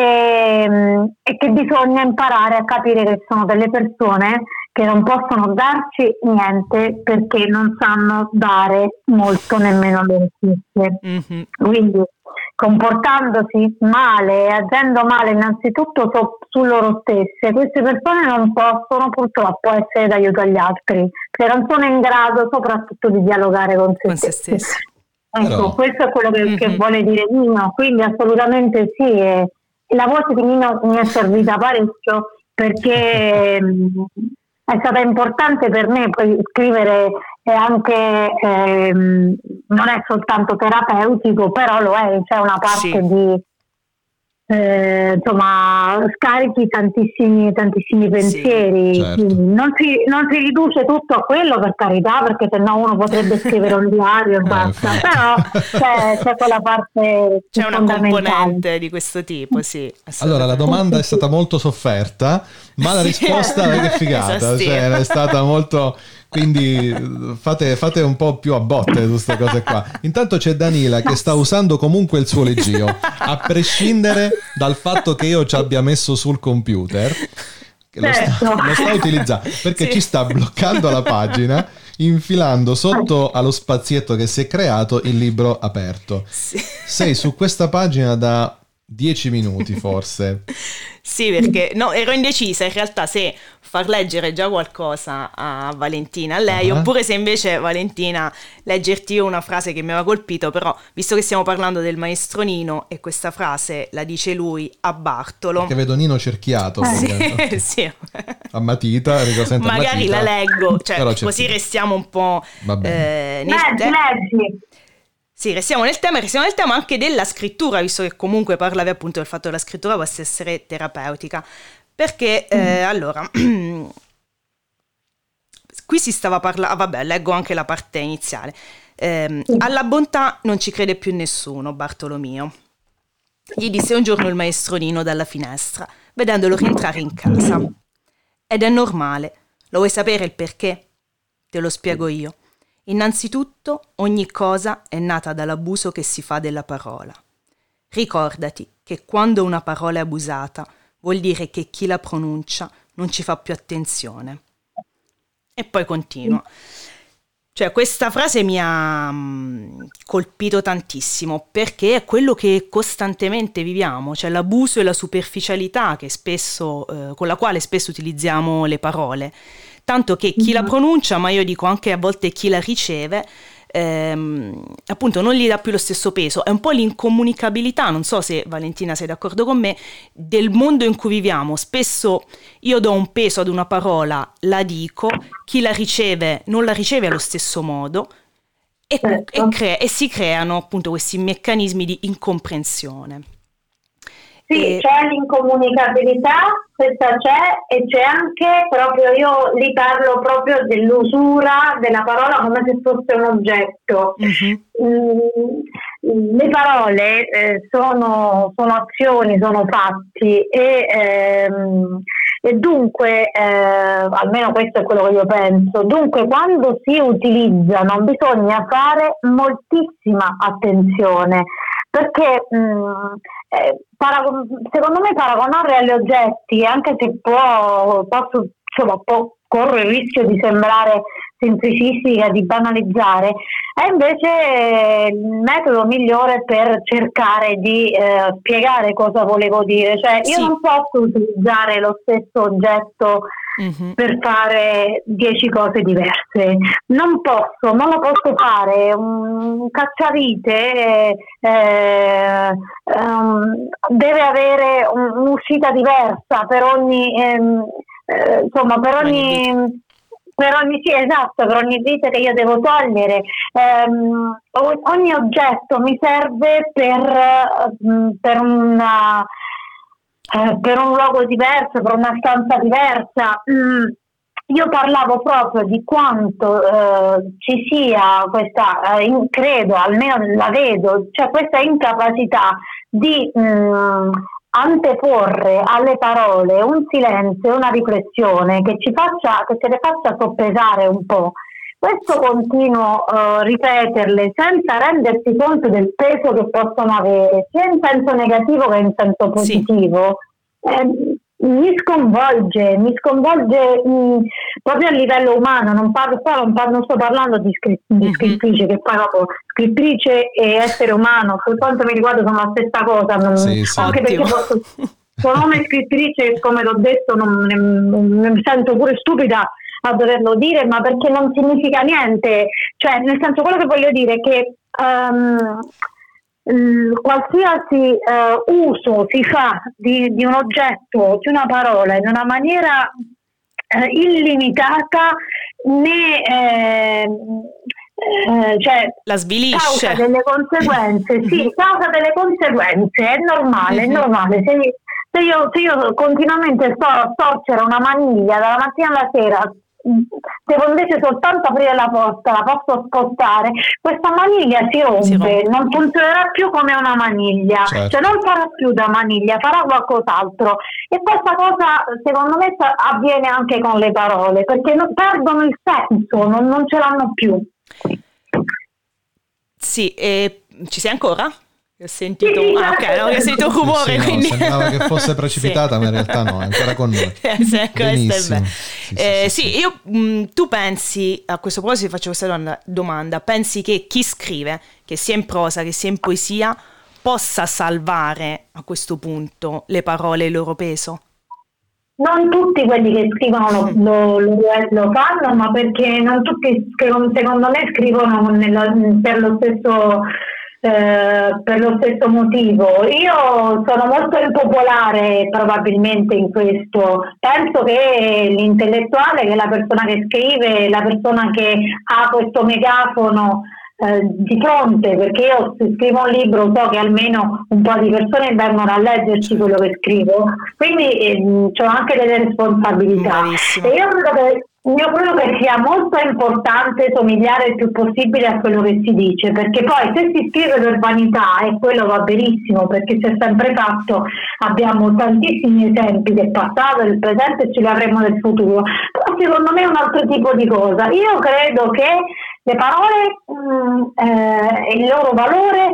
e, e che bisogna imparare a capire che sono delle persone che non possono darci niente perché non sanno dare molto nemmeno loro stesse. Mhm. Quindi comportandosi male e agendo male innanzitutto so- su loro stesse, queste persone non possono purtroppo essere d'aiuto agli altri, perché non sono in grado soprattutto di dialogare con se Con se stessi. stessi. Ecco, Però- questo è quello che, che Mhm. vuole dire Nino, quindi assolutamente sì. E la voce di Nino mi è servita parecchio perché mh, è stata importante per me, poi scrivere è anche ehm, non è soltanto terapeutico, però lo è, c'è una parte Sì. di eh, insomma scarichi tantissimi tantissimi pensieri, certo. quindi non si, non si riduce tutto a quello, per carità, perché sennò uno potrebbe scrivere un diario e Eh, basta, infatti. però c'è, c'è quella parte C'è una fondamentale. componente di questo tipo, sì. Allora, la domanda è stata molto sofferta, ma la Sì. risposta è che figata, Esastiva. cioè, è stata molto quindi fate, fate un po' più a botte su queste cose qua. Intanto c'è Danila che sta usando comunque il suo leggio, a prescindere dal fatto che io ci abbia messo sul computer, che lo sta, lo sta utilizzando, perché sì. ci sta bloccando la pagina, infilando sotto allo spazietto che si è creato il libro aperto. Sì. Sei su questa pagina da dieci minuti forse. Sì, perché no, ero indecisa in realtà se far leggere già qualcosa a Valentina, a lei, uh-huh. oppure se invece Valentina leggerti io una frase che mi aveva colpito, però visto che stiamo parlando del maestro Nino e questa frase la dice lui a Bartolo. Che vedo Nino cerchiato. Eh. Sì, sì. A matita, magari matita. La leggo, cioè così restiamo un po'... Eh, nel leggi, leggi. Sì, restiamo nel tema, restiamo nel tema anche della scrittura, visto che comunque parlavi appunto del fatto che la scrittura possa essere terapeutica. Perché, eh, mm. allora, qui si stava parlando, vabbè, leggo anche la parte iniziale. Eh, mm. Alla bontà non ci crede più nessuno, Bartolomeo. Gli disse un giorno il maestro Nino dalla finestra, vedendolo rientrare in casa. Ed è normale. Lo vuoi sapere il perché? Te lo spiego io. Innanzitutto, ogni cosa è nata dall'abuso che si fa della parola. Ricordati che quando una parola è abusata, vuol dire che chi la pronuncia non ci fa più attenzione. E poi continua. Cioè, questa frase mi ha mh, colpito tantissimo, perché è quello che costantemente viviamo, cioè l'abuso e la superficialità che spesso, eh, con la quale spesso utilizziamo le parole. Tanto che chi mm-hmm. la pronuncia, ma io dico anche a volte chi la riceve, ehm, appunto non gli dà più lo stesso peso. È un po' l'incomunicabilità, non so se Valentina sei d'accordo con me, del mondo in cui viviamo. Spesso io do un peso ad una parola, la dico, chi la riceve non la riceve allo stesso modo e, certo. e, crea- e si creano appunto questi meccanismi di incomprensione. Sì, e... c'è l'incomunicabilità, questa c'è, e c'è anche proprio, io li parlo proprio dell'usura della parola come se fosse un oggetto. Mm-hmm. Mm, le parole eh, sono, sono azioni, sono fatti e, ehm, e dunque, eh, almeno questo è quello che io penso, dunque quando si utilizzano bisogna fare moltissima attenzione, perché mh, eh, paragon- secondo me paragonare agli oggetti, anche se può, posso, insomma, può corre il rischio di sembrare semplicistica, di banalizzare, è invece il metodo migliore per cercare di eh, spiegare cosa volevo dire. Cioè, io sì. non posso utilizzare lo stesso oggetto mm-hmm. per fare dieci cose diverse, non posso, non lo posso fare. Un cacciavite eh, um, deve avere un, un'uscita diversa per ogni ehm, eh, insomma per ogni per ogni sì esatto per ogni vite che io devo togliere. Um, ogni oggetto mi serve per um, per una uh, per un luogo diverso, per una stanza diversa. Mm. Io parlavo proprio di quanto eh, ci sia questa, eh, in, credo, almeno la vedo, cioè questa incapacità di mh, anteporre alle parole un silenzio, una riflessione che ci faccia, che ce le faccia soppesare un po'. Questo continuo uh, ripeterle senza rendersi conto del peso che possono avere, sia in senso negativo che in senso positivo. Sì. Eh, mi sconvolge, mi sconvolge mh, proprio a livello umano. Non parlo, qua non, parlo, non sto parlando di, scri- di scrittrice, che poi dopo scrittrice e essere umano, per quanto mi riguarda sono la stessa cosa. Non, sì, sì. Anche perché posso, sono una scrittrice, come l'ho detto, non, ne, non mi sento pure stupida a doverlo dire, ma perché non significa niente. Cioè, nel senso, quello che voglio dire è che um, qualsiasi uh, uso si fa di, di un oggetto, di una parola in una maniera uh, illimitata ne eh, eh, cioè la svilisce, causa delle conseguenze. Sì, causa delle conseguenze, è normale, mm-hmm. è normale. Se, se, io, se io continuamente sto a storcere una maniglia dalla mattina alla sera devo invece soltanto aprire la porta, la posso spostare, questa maniglia si rompe, Si rompe. non funzionerà più come una maniglia, Certo. cioè non farà più da maniglia, farà qualcos'altro. E questa cosa secondo me sa- avviene anche con le parole, perché non- perdono il senso, non, non ce l'hanno più. Sì, e ci sei ancora? Ho sentito, Sì, sì, ah, ok, no, ho sentito un rumore, Sì, no, quindi sembrava che fosse precipitata, Sì. ma in realtà no, è ancora con noi. Eh, sì, questo è Benissimo. bello. Sì, sì, Eh, sì, sì, sì. io mh, tu pensi, a questo proposito ti faccio questa domanda, domanda, pensi che chi scrive, che sia in prosa, che sia in poesia, possa salvare a questo punto le parole e il loro peso? Non tutti quelli che scrivono lo, lo, lo, lo fanno, ma perché non tutti, secondo me, scrivono nella, per lo stesso eh, per lo stesso motivo. Io sono molto impopolare probabilmente in questo. Penso che l'intellettuale, che è la persona che scrive, la persona che ha questo megafono Eh, di fronte, perché io se scrivo un libro so che almeno un po' di persone vengono a leggerci quello che scrivo, quindi ehm, ho anche delle responsabilità. Bravissima. E io credo che io credo che sia molto importante somigliare il più possibile a quello che si dice, perché poi se si scrive per vanità, e quello va benissimo perché si è sempre fatto, abbiamo tantissimi esempi del passato, del presente e ce li avremo nel futuro, però secondo me è un altro tipo di cosa. Io credo che le parole mh, eh, il loro valore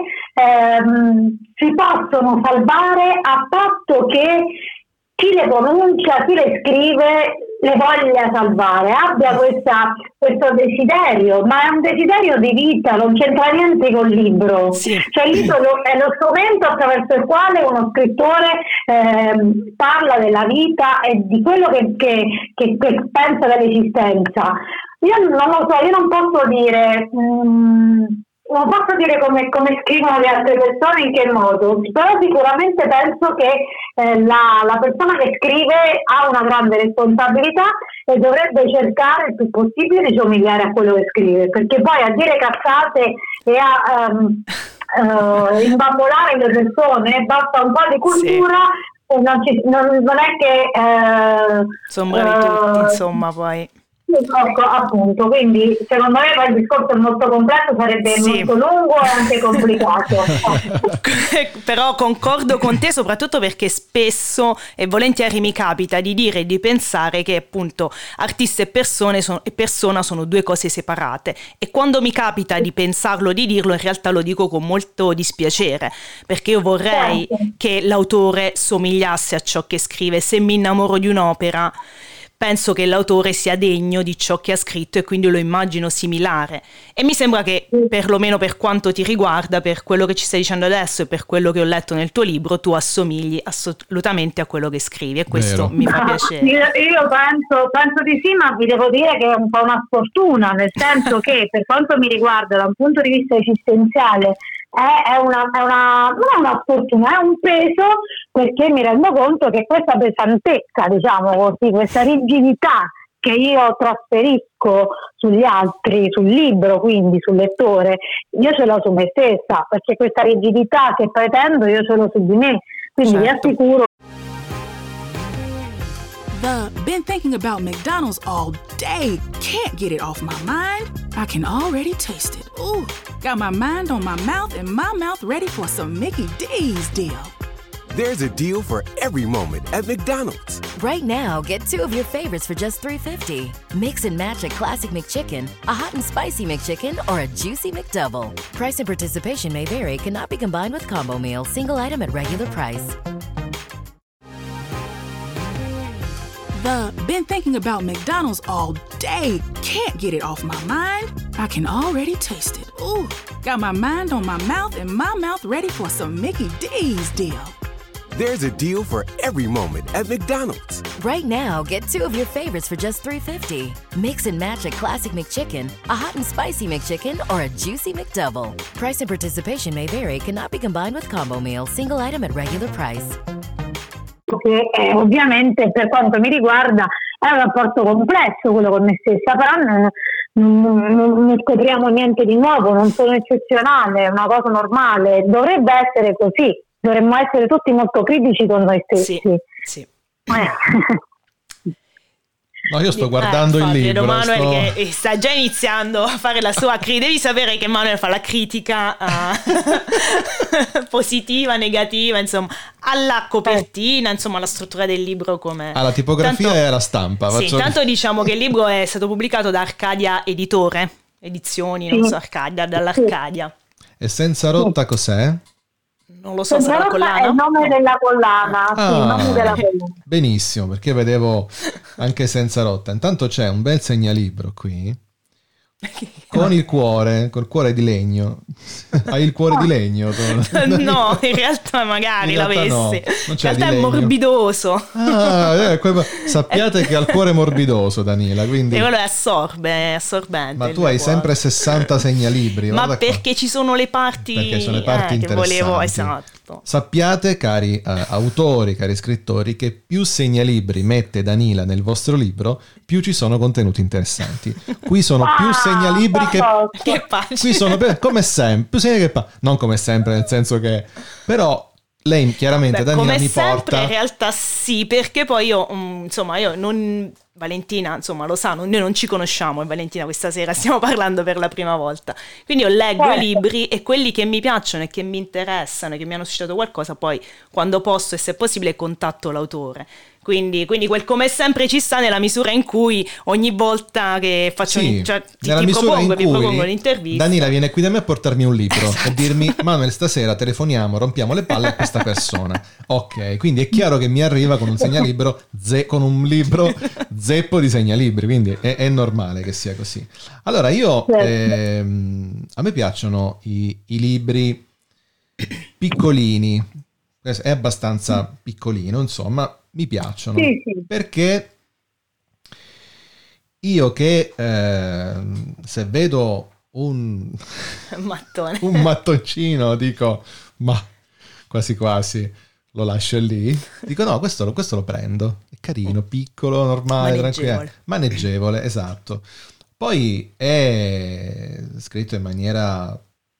ehm, si possono salvare a patto che chi le pronuncia, chi le scrive le voglia salvare, abbia questa, questo desiderio, ma è un desiderio di vita, non c'entra niente col libro. Sì. Cioè il libro è lo strumento attraverso il quale uno scrittore ehm, parla della vita e di quello che, che, che, che pensa dell'esistenza. Io non lo so, io non posso dire mh, non posso dire come, come scrivono le altre persone, in che modo, però sicuramente penso che eh, la, la persona che scrive ha una grande responsabilità e dovrebbe cercare il più possibile di somigliare a quello che scrive, perché poi a dire cazzate e a um, uh, imbambolare le persone basta un po' di cultura. Sì. E non, ci, non, non è che eh, sono bravi uh, tutti, insomma, poi ecco, appunto, quindi secondo me poi il discorso è molto complesso, sarebbe sì. molto lungo e anche complicato. Però concordo con te, soprattutto perché spesso e volentieri mi capita di dire e di pensare che appunto artista e, persone sono, e persona sono due cose separate, e quando mi capita di pensarlo, di dirlo, in realtà lo dico con molto dispiacere, perché io vorrei certo. che l'autore somigliasse a ciò che scrive. Se mi innamoro di un'opera, penso che l'autore sia degno di ciò che ha scritto e quindi lo immagino similare, e mi sembra che perlomeno per quanto ti riguarda, per quello che ci stai dicendo adesso e per quello che ho letto nel tuo libro, tu assomigli assolutamente a quello che scrivi, e questo Vero. mi fa piacere. Io, io penso, penso di sì, ma vi devo dire che è un po' una sfortuna, nel senso che per quanto mi riguarda da un punto di vista esistenziale è una, è una non è una sfortuna, è un peso, perché mi rendo conto che questa pesantezza, diciamo così, questa rigidità che io trasferisco sugli altri, sul libro, quindi sul lettore, io ce l'ho su me stessa, perché questa rigidità che pretendo io ce l'ho su di me, quindi certo. vi assicuro. The been thinking about McDonald's all day. Can't get it off my mind. I can already taste it. Ooh, got my mind on my mouth and my mouth ready for some Mickey D's deal. There's a deal for every moment at McDonald's. Right now, get two of your favorites for just three fifty. Mix and match a classic McChicken, a hot and spicy McChicken, or a juicy McDouble. Price and participation may vary. Cannot be combined with combo meal. Single item at regular price. The been thinking about McDonald's all day. Can't get it off my mind. I can already taste it. Ooh, got my mind on my mouth and my mouth ready for some Mickey D's deal. There's a deal for every moment at McDonald's. Right now, get two of your favorites for just three fifty. Mix and match a classic McChicken, a hot and spicy McChicken, or a juicy McDouble. Price and participation may vary. Cannot be combined with combo meal. Single item at regular price. Che eh, ovviamente per quanto mi riguarda è un rapporto complesso quello con me stessa, però non, non, non, non scopriamo niente di nuovo, non sono eccezionale, è una cosa normale, dovrebbe essere così, dovremmo essere tutti molto critici con noi stessi. Sì, sì. Eh. No, io sto Di- guardando eh, il infatti, libro. vedo Manuel sto- che sta già iniziando a fare la sua critica. Devi sapere che Manuel fa la critica eh, positiva, negativa, insomma, alla copertina, insomma, alla struttura del libro come... alla tipografia Tanto- e alla stampa. Sì, Faccio- tanto diciamo che il libro è stato pubblicato da Arcadia Editore, edizioni, non Sì. so, Arcadia, dall'Arcadia. E senza rotta cos'è? Non lo so, Senza sarà rotta collana? è il nome della collana, sì, il Ah, nome della collana. benissimo, perché vedevo anche senza rotta. Intanto c'è un bel segnalibro qui con il cuore, col cuore di legno. Hai il cuore di legno? tu? No, in realtà magari In realtà no, l'avessi. non In c'è realtà di è legno. morbidoso. Ah, eh, que- sappiate che ha il cuore morbidoso, Daniela, quindi... E quello è assorbe, è assorbente. Ma il tu mio hai cuore. sempre sessanta segnalibri. Ma guarda qua. perché ci sono le parti, Perché ci sono le parti eh, che volevo, interessanti. esatto. Sappiate, cari eh, autori, cari scrittori, che più segnalibri mette Danila nel vostro libro, più ci sono contenuti interessanti. Qui sono più Ah, segnalibri che... Che pace. Qui sono per- come sempre, più segnali che pa- non come sempre, nel senso che... Però lei chiaramente, Beh, Danila, come mi sempre porta... in realtà sì, perché poi io, mm, insomma, io non... Valentina, insomma, lo sa, non- noi non ci conosciamo e Valentina questa sera stiamo parlando per la prima volta. Quindi io leggo Certo. i libri e quelli che mi piacciono e che mi interessano e che mi hanno suscitato qualcosa, poi quando posso e se possibile contatto l'autore. Quindi, quindi quel come sempre ci sta nella misura in cui ogni volta che faccio Sì, un, cioè, ti, nella ti misura propongo, in vi cui propongo un'intervista. Danila viene qui da me a portarmi un libro Esatto. e dirmi: Manuel, stasera telefoniamo, rompiamo le palle a questa persona. Ok, quindi è chiaro che mi arriva con un segnalibro ze- con un libro zeppo di segnalibri, quindi è, è normale che sia così. Allora io Certo. ehm, a me piacciono i, i libri piccolini, è abbastanza piccolino, insomma, mi piacciono. Sì, sì. Perché io che eh, se vedo un, Mattone. un mattoncino dico ma quasi quasi lo lascio lì, dico no, questo, lo- questo lo prendo, è carino, piccolo, normale, Maneggevole. tranquillo, maneggevole, esatto. Poi è scritto in maniera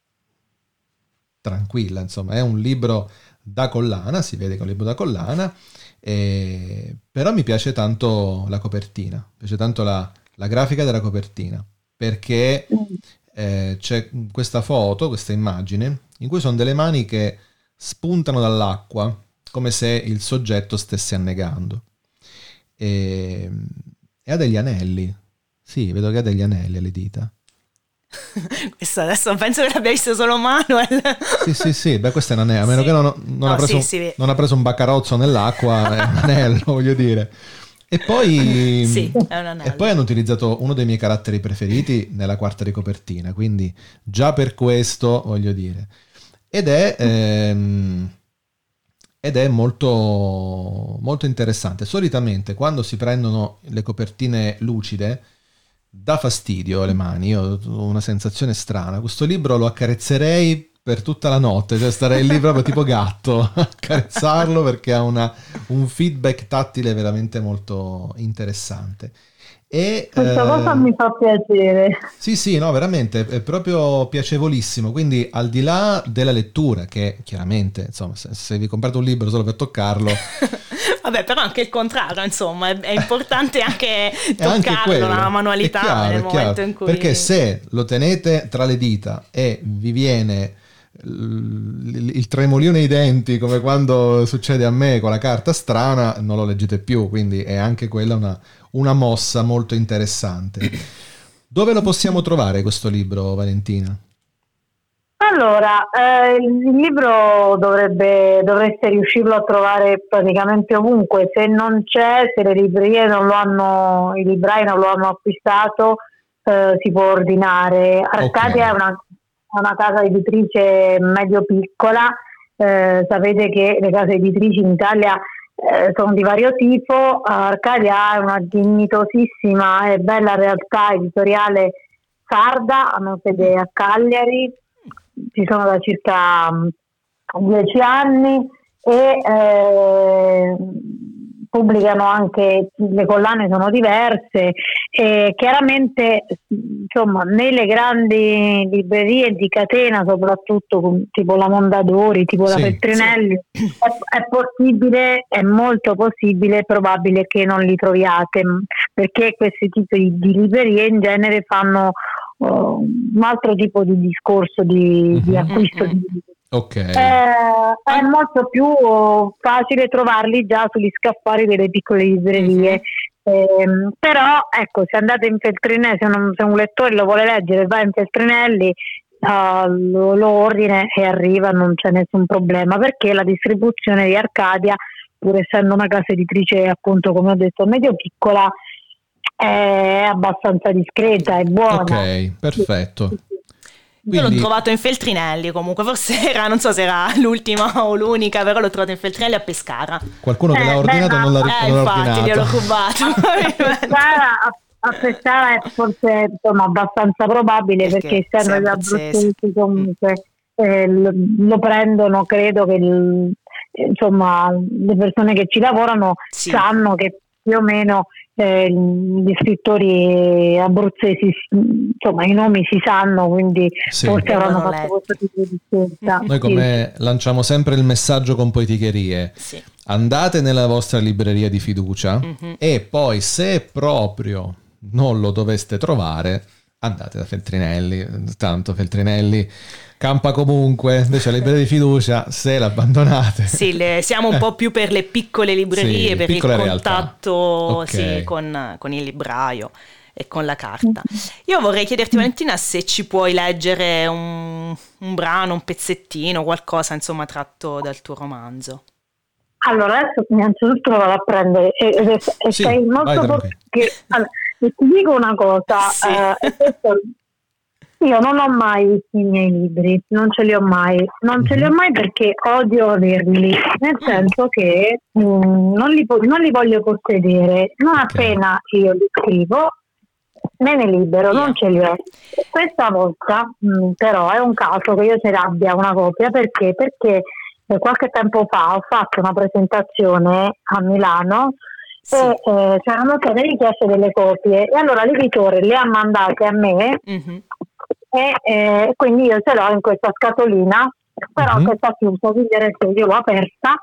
tranquilla, insomma, è un libro da collana, si vede che è un libro da collana. Eh, però mi piace tanto la copertina, mi piace tanto la, la grafica della copertina, perché eh, c'è questa foto, questa immagine, in cui sono delle mani che spuntano dall'acqua, come se il soggetto stesse annegando. E, e ha degli anelli, sì, vedo che ha degli anelli alle dita. Questo adesso penso che l'abbia visto solo Manuel. Sì, sì, sì, beh, questo è un anello, a meno Sì. che non, non No, ha preso, sì, sì. non ha preso un baccarozzo nell'acqua, è un anello, voglio dire. E poi, Sì, è un anello. e poi hanno utilizzato uno dei miei caratteri preferiti nella quarta di copertina, quindi già per questo, voglio dire. Ed è, ehm, ed è molto, molto interessante. Solitamente quando si prendono le copertine lucide, dà fastidio alle mani, io ho una sensazione strana. Questo libro lo accarezzerei per tutta la notte, cioè starei lì proprio tipo gatto a accarezzarlo perché ha una, un feedback tattile veramente molto interessante. E, Questa eh, cosa mi fa piacere. sì, sì, no, veramente è proprio piacevolissimo. Quindi, al di là della lettura, che chiaramente, insomma, se, se vi comprate un libro solo per toccarlo, Vabbè, però anche il contrario, insomma, è, è importante anche è anche toccarlo, quello. la È manualità chiaro, nel è momento chiaro. in cui... Perché se lo tenete tra le dita e vi viene il, il tremolio nei denti, come quando succede a me con la carta strana, non lo leggete più. Quindi è anche quella una, una mossa molto interessante. Dove lo possiamo trovare questo libro, Valentina? Allora, eh, il libro dovrebbe, dovreste riuscirlo a trovare praticamente ovunque. Se non c'è, se le librerie non lo hanno, i librai non lo hanno acquistato, eh, si può ordinare. Arcadia Ok. è una, una casa editrice medio piccola. Eh, sapete che le case editrici in Italia eh, sono di vario tipo. Arcadia è una dignitosissima e bella realtà editoriale sarda, hanno sede a Cagliari. Ci sono da circa um, dieci anni e eh, pubblicano anche, le collane sono diverse e chiaramente insomma nelle grandi librerie di catena, soprattutto tipo la Mondadori, tipo sì, la Feltrinelli, sì. è, è possibile, è molto possibile, probabile che non li troviate, perché questi tipi di, di librerie in genere fanno uh, un altro tipo di discorso di, mm-hmm. di acquisto di libri. Okay. Eh, è molto più facile trovarli già sugli scaffali delle piccole librerie. Mm-hmm. Eh, però ecco, se andate in Feltrinelli, se, non, se un lettore lo vuole leggere, va in Feltrinelli, uh, lo, lo ordina e arriva, non c'è nessun problema, perché la distribuzione di Arcadia, pur essendo una casa editrice appunto come ho detto medio piccola, è abbastanza discreta e buona. Ok, perfetto. Sì, sì. Io Quindi... l'ho trovato in Feltrinelli, comunque forse era, non so se era l'ultima o l'unica, però l'ho trovato in Feltrinelli a Pescara. Qualcuno che eh, l'ha ordinato beh, non l'ha, eh, non l'ha infatti, ordinato. gliel'ho rubato. A Pescara, a, a Pescara è forse insomma abbastanza probabile, perché, perché essendo gli abruzzesi comunque eh, lo, lo prendono, credo che il, insomma le persone che ci lavorano sì. sanno che più o meno Eh, gli scrittori abruzzesi, insomma i nomi si sanno, quindi sì. forse avranno fatto questo tipo di scelta. Noi come sì. lanciamo sempre il messaggio con poeticherie, sì. andate nella vostra libreria di fiducia mm-hmm. e poi se proprio non lo doveste trovare andate da Feltrinelli, tanto Feltrinelli campa comunque, invece la libreria di fiducia se l'abbandonate. Sì, le, siamo un po' più per le piccole librerie, sì, per il contatto okay. sì, con, con il libraio e con la carta. Io vorrei chiederti, Valentina, se ci puoi leggere un, un brano, un pezzettino, qualcosa insomma tratto dal tuo romanzo. Allora adesso innanzitutto lo vado a prendere e, e, e sì, sei molto po- che, allora, ti dico una cosa, sì. eh, questo, io non ho mai visto i miei libri, non ce li ho mai, non ce li ho mai perché odio averli, nel senso che mh, non, li, non li voglio possedere, non appena io li scrivo me ne libero, non ce li ho. Questa volta mh, però è un caso che io ce l'abbia una copia, perché perché eh, qualche tempo fa ho fatto una presentazione a Milano sì. e eh, c'erano state richieste delle copie e allora l'editore le ha mandate a me mm-hmm. e eh, quindi io ce l'ho in questa scatolina, però mm-hmm. questa chiusa, quindi adesso io l'ho aperta.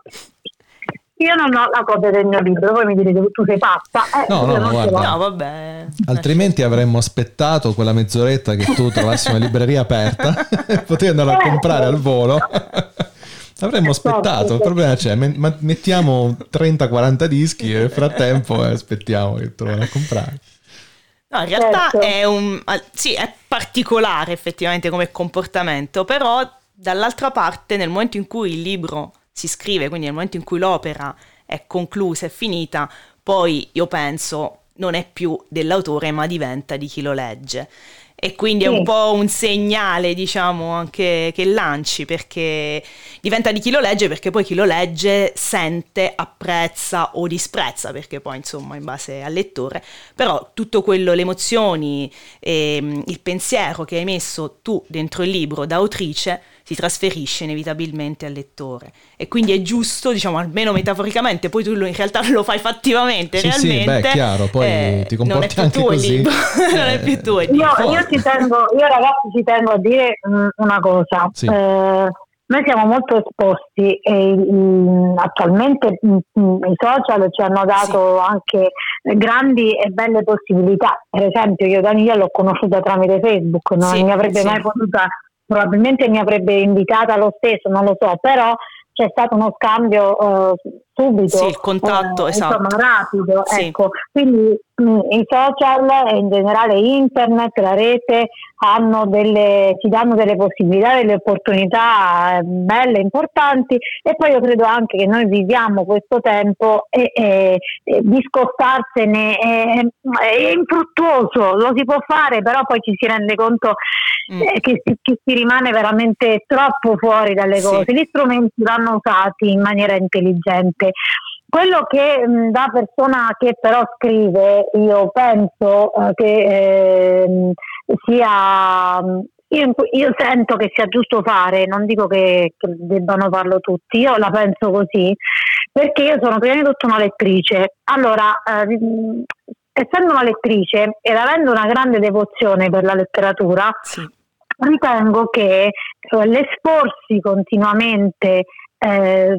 Io non ho la copia del mio libro, voi mi direte che tu sei pazza. Eh, no, no, no, guarda. No, vabbè. Altrimenti avremmo aspettato quella mezz'oretta che tu trovassi una libreria aperta e potevi andare a comprare al volo. Avremmo aspettato, il problema c'è, mettiamo trenta quaranta dischi e nel frattempo eh, aspettiamo che trovano a comprare. No, in realtà certo. è un sì, è particolare effettivamente come comportamento, però dall'altra parte nel momento in cui il libro si scrive, quindi nel momento in cui l'opera è conclusa, è finita, poi io penso non è più dell'autore ma diventa di chi lo legge. E quindi sì. è un po' un segnale, diciamo, anche che lanci, perché diventa di chi lo legge, perché poi chi lo legge sente, apprezza o disprezza, perché poi insomma in base al lettore, però tutto quello, le emozioni e il pensiero che hai messo tu dentro il libro da autrice si trasferisce inevitabilmente al lettore, e quindi è giusto, diciamo, almeno metaforicamente, poi tu lo, in realtà lo fai fattivamente, sì, realmente. Sì, beh, chiaro, poi eh, ti comporti anche così. Non è più tuo il libro. Io, io ci tengo, io ragazzi ci tengo a dire mh, una cosa. Sì. Eh, noi siamo molto esposti e mh, attualmente mh, mh, i social ci hanno dato sì. anche grandi e belle possibilità. Per esempio io Daniela l'ho conosciuta tramite Facebook, non sì, mi avrebbe sì. mai potuta, probabilmente mi avrebbe invitata lo stesso, non lo so, però c'è stato uno scambio uh, subito, sì, il contatto uh, esatto. insomma rapido, sì. ecco, quindi mh, i social e in generale internet, la rete hanno delle, ci danno delle possibilità, delle opportunità belle, importanti, e poi io credo anche che noi viviamo questo tempo e, e, e discostarsene è, è infruttuoso, lo si può fare, però poi ci si rende conto mm. eh, che, si, che si rimane veramente troppo fuori dalle cose, sì. Gli strumenti vanno usati in maniera intelligente. Quello che mh, da persona che però scrive, io penso uh, che eh, sia, io, io sento che sia giusto fare, non dico che, che debbano farlo tutti, io la penso così, perché io sono prima di tutto una lettrice. Allora, eh, essendo una lettrice ed avendo una grande devozione per la letteratura, sì. ritengo che eh, l'esporsi continuamente, eh,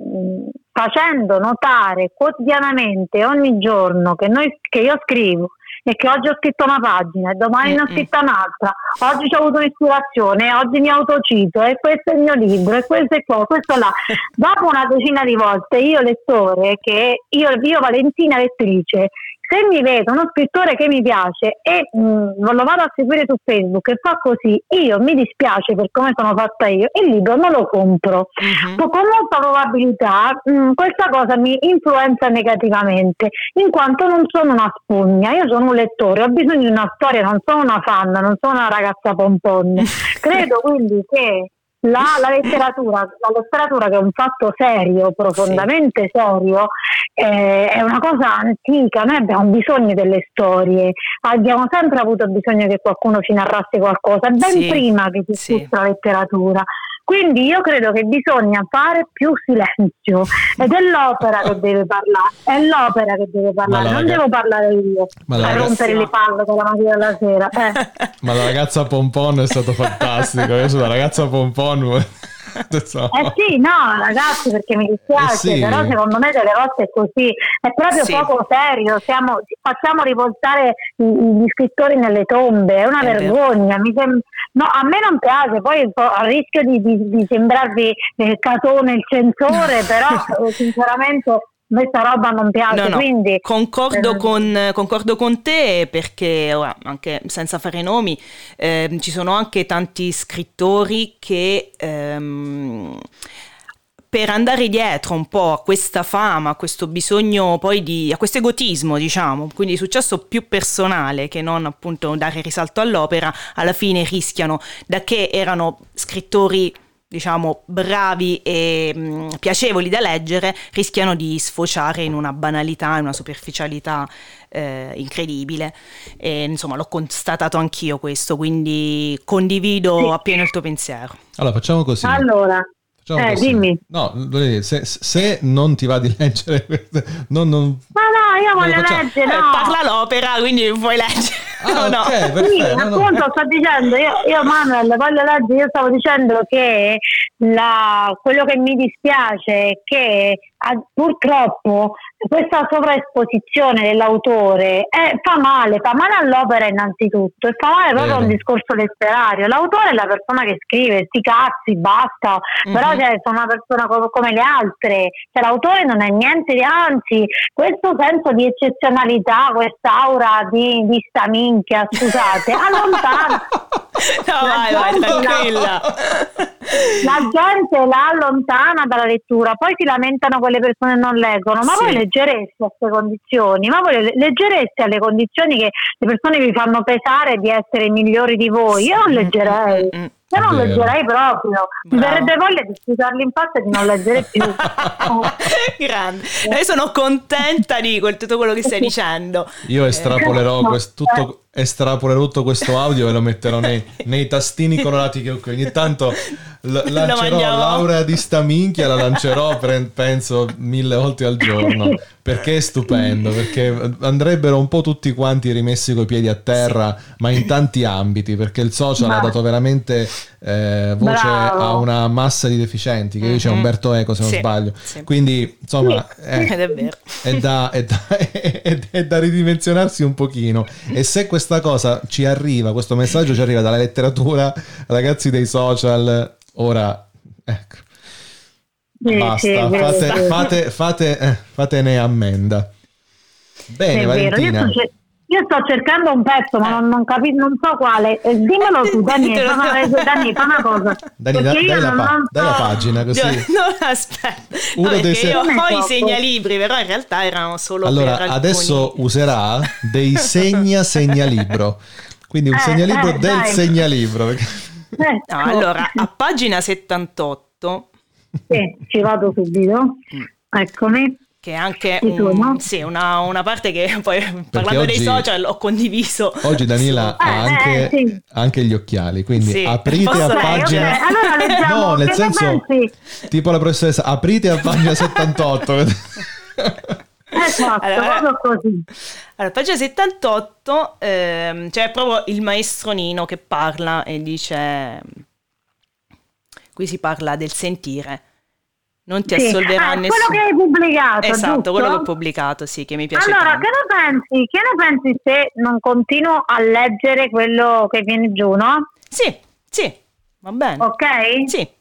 facendo notare quotidianamente, ogni giorno, che, noi, che io scrivo e che oggi ho scritto una pagina e domani ne ho scritta un'altra, oggi ho avuto un'ispirazione, oggi mi autocito e questo è il mio libro e questo è qua, questo là. Dopo una decina di volte io lettore, che io, io Valentina lettrice, se mi vedo uno scrittore che mi piace e mh, lo vado a seguire su Facebook e fa così, io mi dispiace per come sono fatta io, il libro non lo compro. Uh-huh. Con molta probabilità mh, questa cosa mi influenza negativamente, in quanto non sono una spugna, io sono un lettore, ho bisogno di una storia, non sono una fan, non sono una ragazza pompon. Credo quindi che La, la letteratura, la letteratura che è un fatto serio, profondamente sì. serio, eh, è una cosa antica. Noi abbiamo bisogno delle storie, abbiamo sempre avuto bisogno che qualcuno ci narrasse qualcosa, ben sì. prima che ci fosse sì. la letteratura. Quindi io credo che bisogna fare più silenzio ed è l'opera che deve parlare, è l'opera che deve parlare, non ragazza... devo parlare io a ragazza... rompere le palle dalla mattina alla sera. Eh. Ma la ragazza pompon è stato fantastico, io sono la ragazza pompon. Eh sì, no ragazzi, perché mi dispiace, eh sì. però secondo me delle volte è così, è proprio sì. poco serio, siamo, facciamo rivoltare gli scrittori nelle tombe, è una è vergogna, mi sem- no, a me non piace, poi a rischio di, di, di sembrarvi eh, Catone il censore, però sinceramente questa roba non piace. No, no. Quindi concordo, eh, con, concordo con te, perché ora, anche senza fare nomi, eh, ci sono anche tanti scrittori che ehm, per andare dietro un po' a questa fama, a questo bisogno poi di, a questo egotismo, diciamo, quindi successo più personale che non appunto dare risalto all'opera, alla fine rischiano, da che erano scrittori diciamo bravi e mh, piacevoli da leggere, rischiano di sfociare in una banalità, in una superficialità eh, incredibile. E, insomma, l'ho constatato anch'io questo, quindi condivido sì. appieno il tuo pensiero. Allora facciamo così. Allora, facciamo eh, così. dimmi. No, se, se non ti va di leggere, non, non... ma no, io voglio leggere. No. Eh, parla l'opera, quindi puoi leggere. Ah, no, okay, no. Sì, no, appunto no. sto dicendo, io, io Manuel voglio leggere, io stavo dicendo che la, quello che mi dispiace è che a, purtroppo questa sovraesposizione dell'autore eh, fa male, fa male all'opera innanzitutto e fa male proprio a un discorso letterario. L'autore è la persona che scrive, sti cazzi, basta, mm-hmm. però cioè, sono una persona co- come le altre, cioè, l'autore non è niente di, anzi questo senso di eccezionalità, quest'aura di, di sta minchia, scusate, allontana. No, vai, vai, tranquilla. La gente la allontana dalla lettura, poi si lamentano quelle persone che non leggono, ma sì. voi leggereste a queste condizioni, ma voi leggereste alle condizioni che le persone vi fanno pesare di essere migliori di voi? Io non leggerei. Mm-hmm. Io non leggerei proprio, mi verrebbe voglia di sputarli in faccia e di non leggere più. Grande, io sono contenta di quel, tutto quello che stai dicendo. Io estrapolerò questo, tutto, estrapolerò tutto questo audio e lo metterò nei, nei tastini colorati che ogni tanto l- lancerò l'aurea di sta minchia, la lancerò per, penso mille volte al giorno, perché è stupendo, perché andrebbero un po' tutti quanti rimessi coi piedi a terra, sì. ma in tanti ambiti, perché il social ma... ha dato veramente eh, voce Bravo. a una massa di deficienti, che mm-hmm. c'è Umberto Eco se non sì. sbaglio, sì. quindi insomma sì. è, è, vero. è, da, è, da, è, è da ridimensionarsi un pochino, e se questa cosa ci arriva, questo messaggio ci arriva dalla letteratura, ragazzi dei social, ora ecco sì, basta, sì, fate, fate, fate, eh, fatene ammenda. Bene, Valentina. Io sto, io sto cercando un pezzo, ma non, non capisco, non so quale. Eh, dimmelo tu, Dani, fa una, Dani, fa una cosa. Dani, da, dai, la, pa- so. dai la pagina così. No, no, aspetta. Uno no, dei se- io ho i segnalibri, però in realtà erano solo allora, per adesso alcuni. userà dei segna segnalibro. Quindi un eh, segnalibro eh, del dai. segnalibro. Ecco. No, allora, a pagina settantotto sì, ci vado subito. Eccomi. che è anche Sì, tu, un- no? sì, una, una parte che poi parlando dei oggi- social ho condiviso. Oggi Danila ha Eh, anche, eh, sì. anche gli occhiali, quindi Sì. aprite Posso- a Ok, pagina... ok, allora leggiamo, No, nel che ne senso, pensi? tipo la professoressa, aprite a pagina settantotto. Esatto, Allora- proprio così. Allora, pagina settantotto, ehm, c'è proprio il maestro Nino che parla e dice, qui si parla del sentire, non ti Sì. assolverà Ah, nessuno. quello che hai pubblicato, Esatto, giusto? quello che ho pubblicato, sì, che mi piace Allora, tanto. che ne pensi? Che ne pensi se non continuo a leggere quello che viene giù, no? Sì, sì, va bene. Ok? Sì.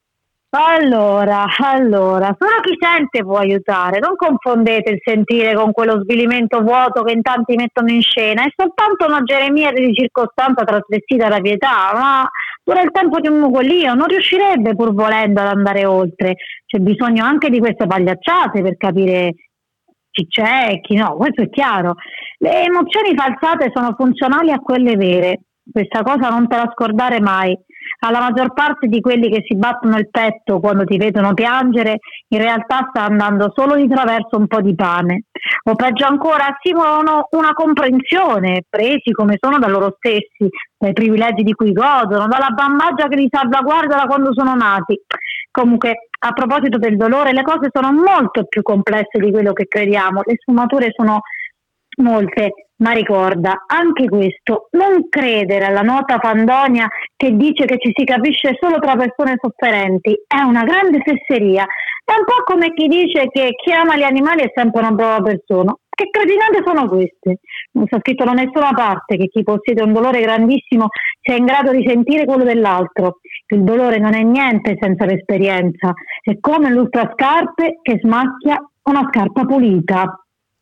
Allora, allora, solo chi sente può aiutare, non confondete il sentire con quello svilimento vuoto che in tanti mettono in scena, è soltanto una geremiade di circostanza trasvestita da pietà, ma dura il tempo di un mucolio, non riuscirebbe pur volendo ad andare oltre, c'è bisogno anche di queste pagliacciate per capire chi c'è e chi no, questo è chiaro. Le emozioni falsate sono funzionali a quelle vere, questa cosa non te la scordare mai. Alla maggior parte di quelli che si battono il petto quando ti vedono piangere, in realtà sta andando solo di traverso un po' di pane. O peggio ancora, simulano una comprensione, presi come sono da loro stessi, dai privilegi di cui godono, dalla bambaggia che li salvaguarda da quando sono nati. Comunque, a proposito del dolore, le cose sono molto più complesse di quello che crediamo, le sfumature sono molte, ma ricorda anche questo, non credere alla nota fandonia che dice che ci si capisce solo tra persone sofferenti, è una grande fesseria, è un po' come chi dice che chi ama gli animali è sempre una brava persona. Che cretinate sono queste? Non sta scritto da nessuna parte che chi possiede un dolore grandissimo sia in grado di sentire quello dell'altro. Il dolore non è niente senza l'esperienza, è come l'ultrascarpe che smacchia una scarpa pulita.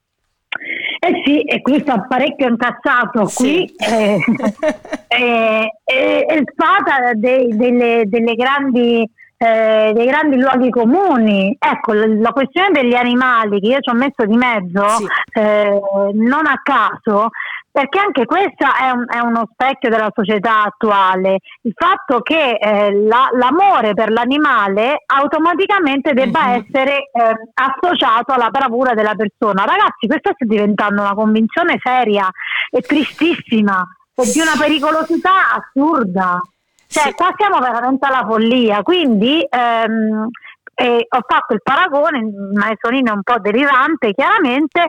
Eh sì, e qui sta parecchio incazzato, qui Sì. eh, eh, eh, è sfata dei, delle, delle grandi, eh, dei grandi luoghi comuni. Ecco, l- la questione degli animali che io ci ho messo di mezzo, Sì. eh, non a caso, perché anche questa è, un- è uno specchio della società attuale, il fatto che eh, la- l'amore per l'animale automaticamente debba Mhm. essere eh, associato alla bravura della persona. Ragazzi, questa sta diventando una convinzione seria e tristissima e di una pericolosità assurda. Cioè, Sì. qua siamo veramente alla follia, quindi ehm, eh, ho fatto il paragone, il maestrino è un po' delirante chiaramente,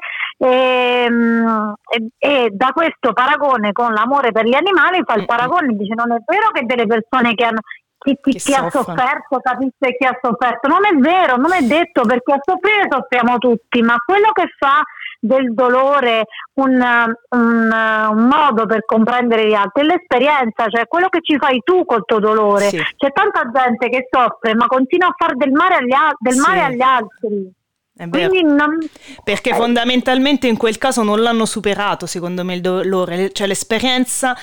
ehm, e, e da questo paragone con l'amore per gli animali fa il Mm-mm. paragone e dice non è vero che delle persone che hanno chi, chi- Che chi ha soffrono. sofferto capisce chi ha sofferto, non è vero, non è detto, perché a soffrire soffriamo tutti, ma quello che fa del dolore un, un, un modo per comprendere gli altri è l'esperienza, cioè quello che ci fai tu col tuo dolore. Sì. C'è tanta gente che soffre ma continua a fare del male agli, al- del Sì. male agli altri, È vero. quindi non... Perché eh, fondamentalmente in quel caso non l'hanno superato, secondo me, il dolore, cioè l'esperienza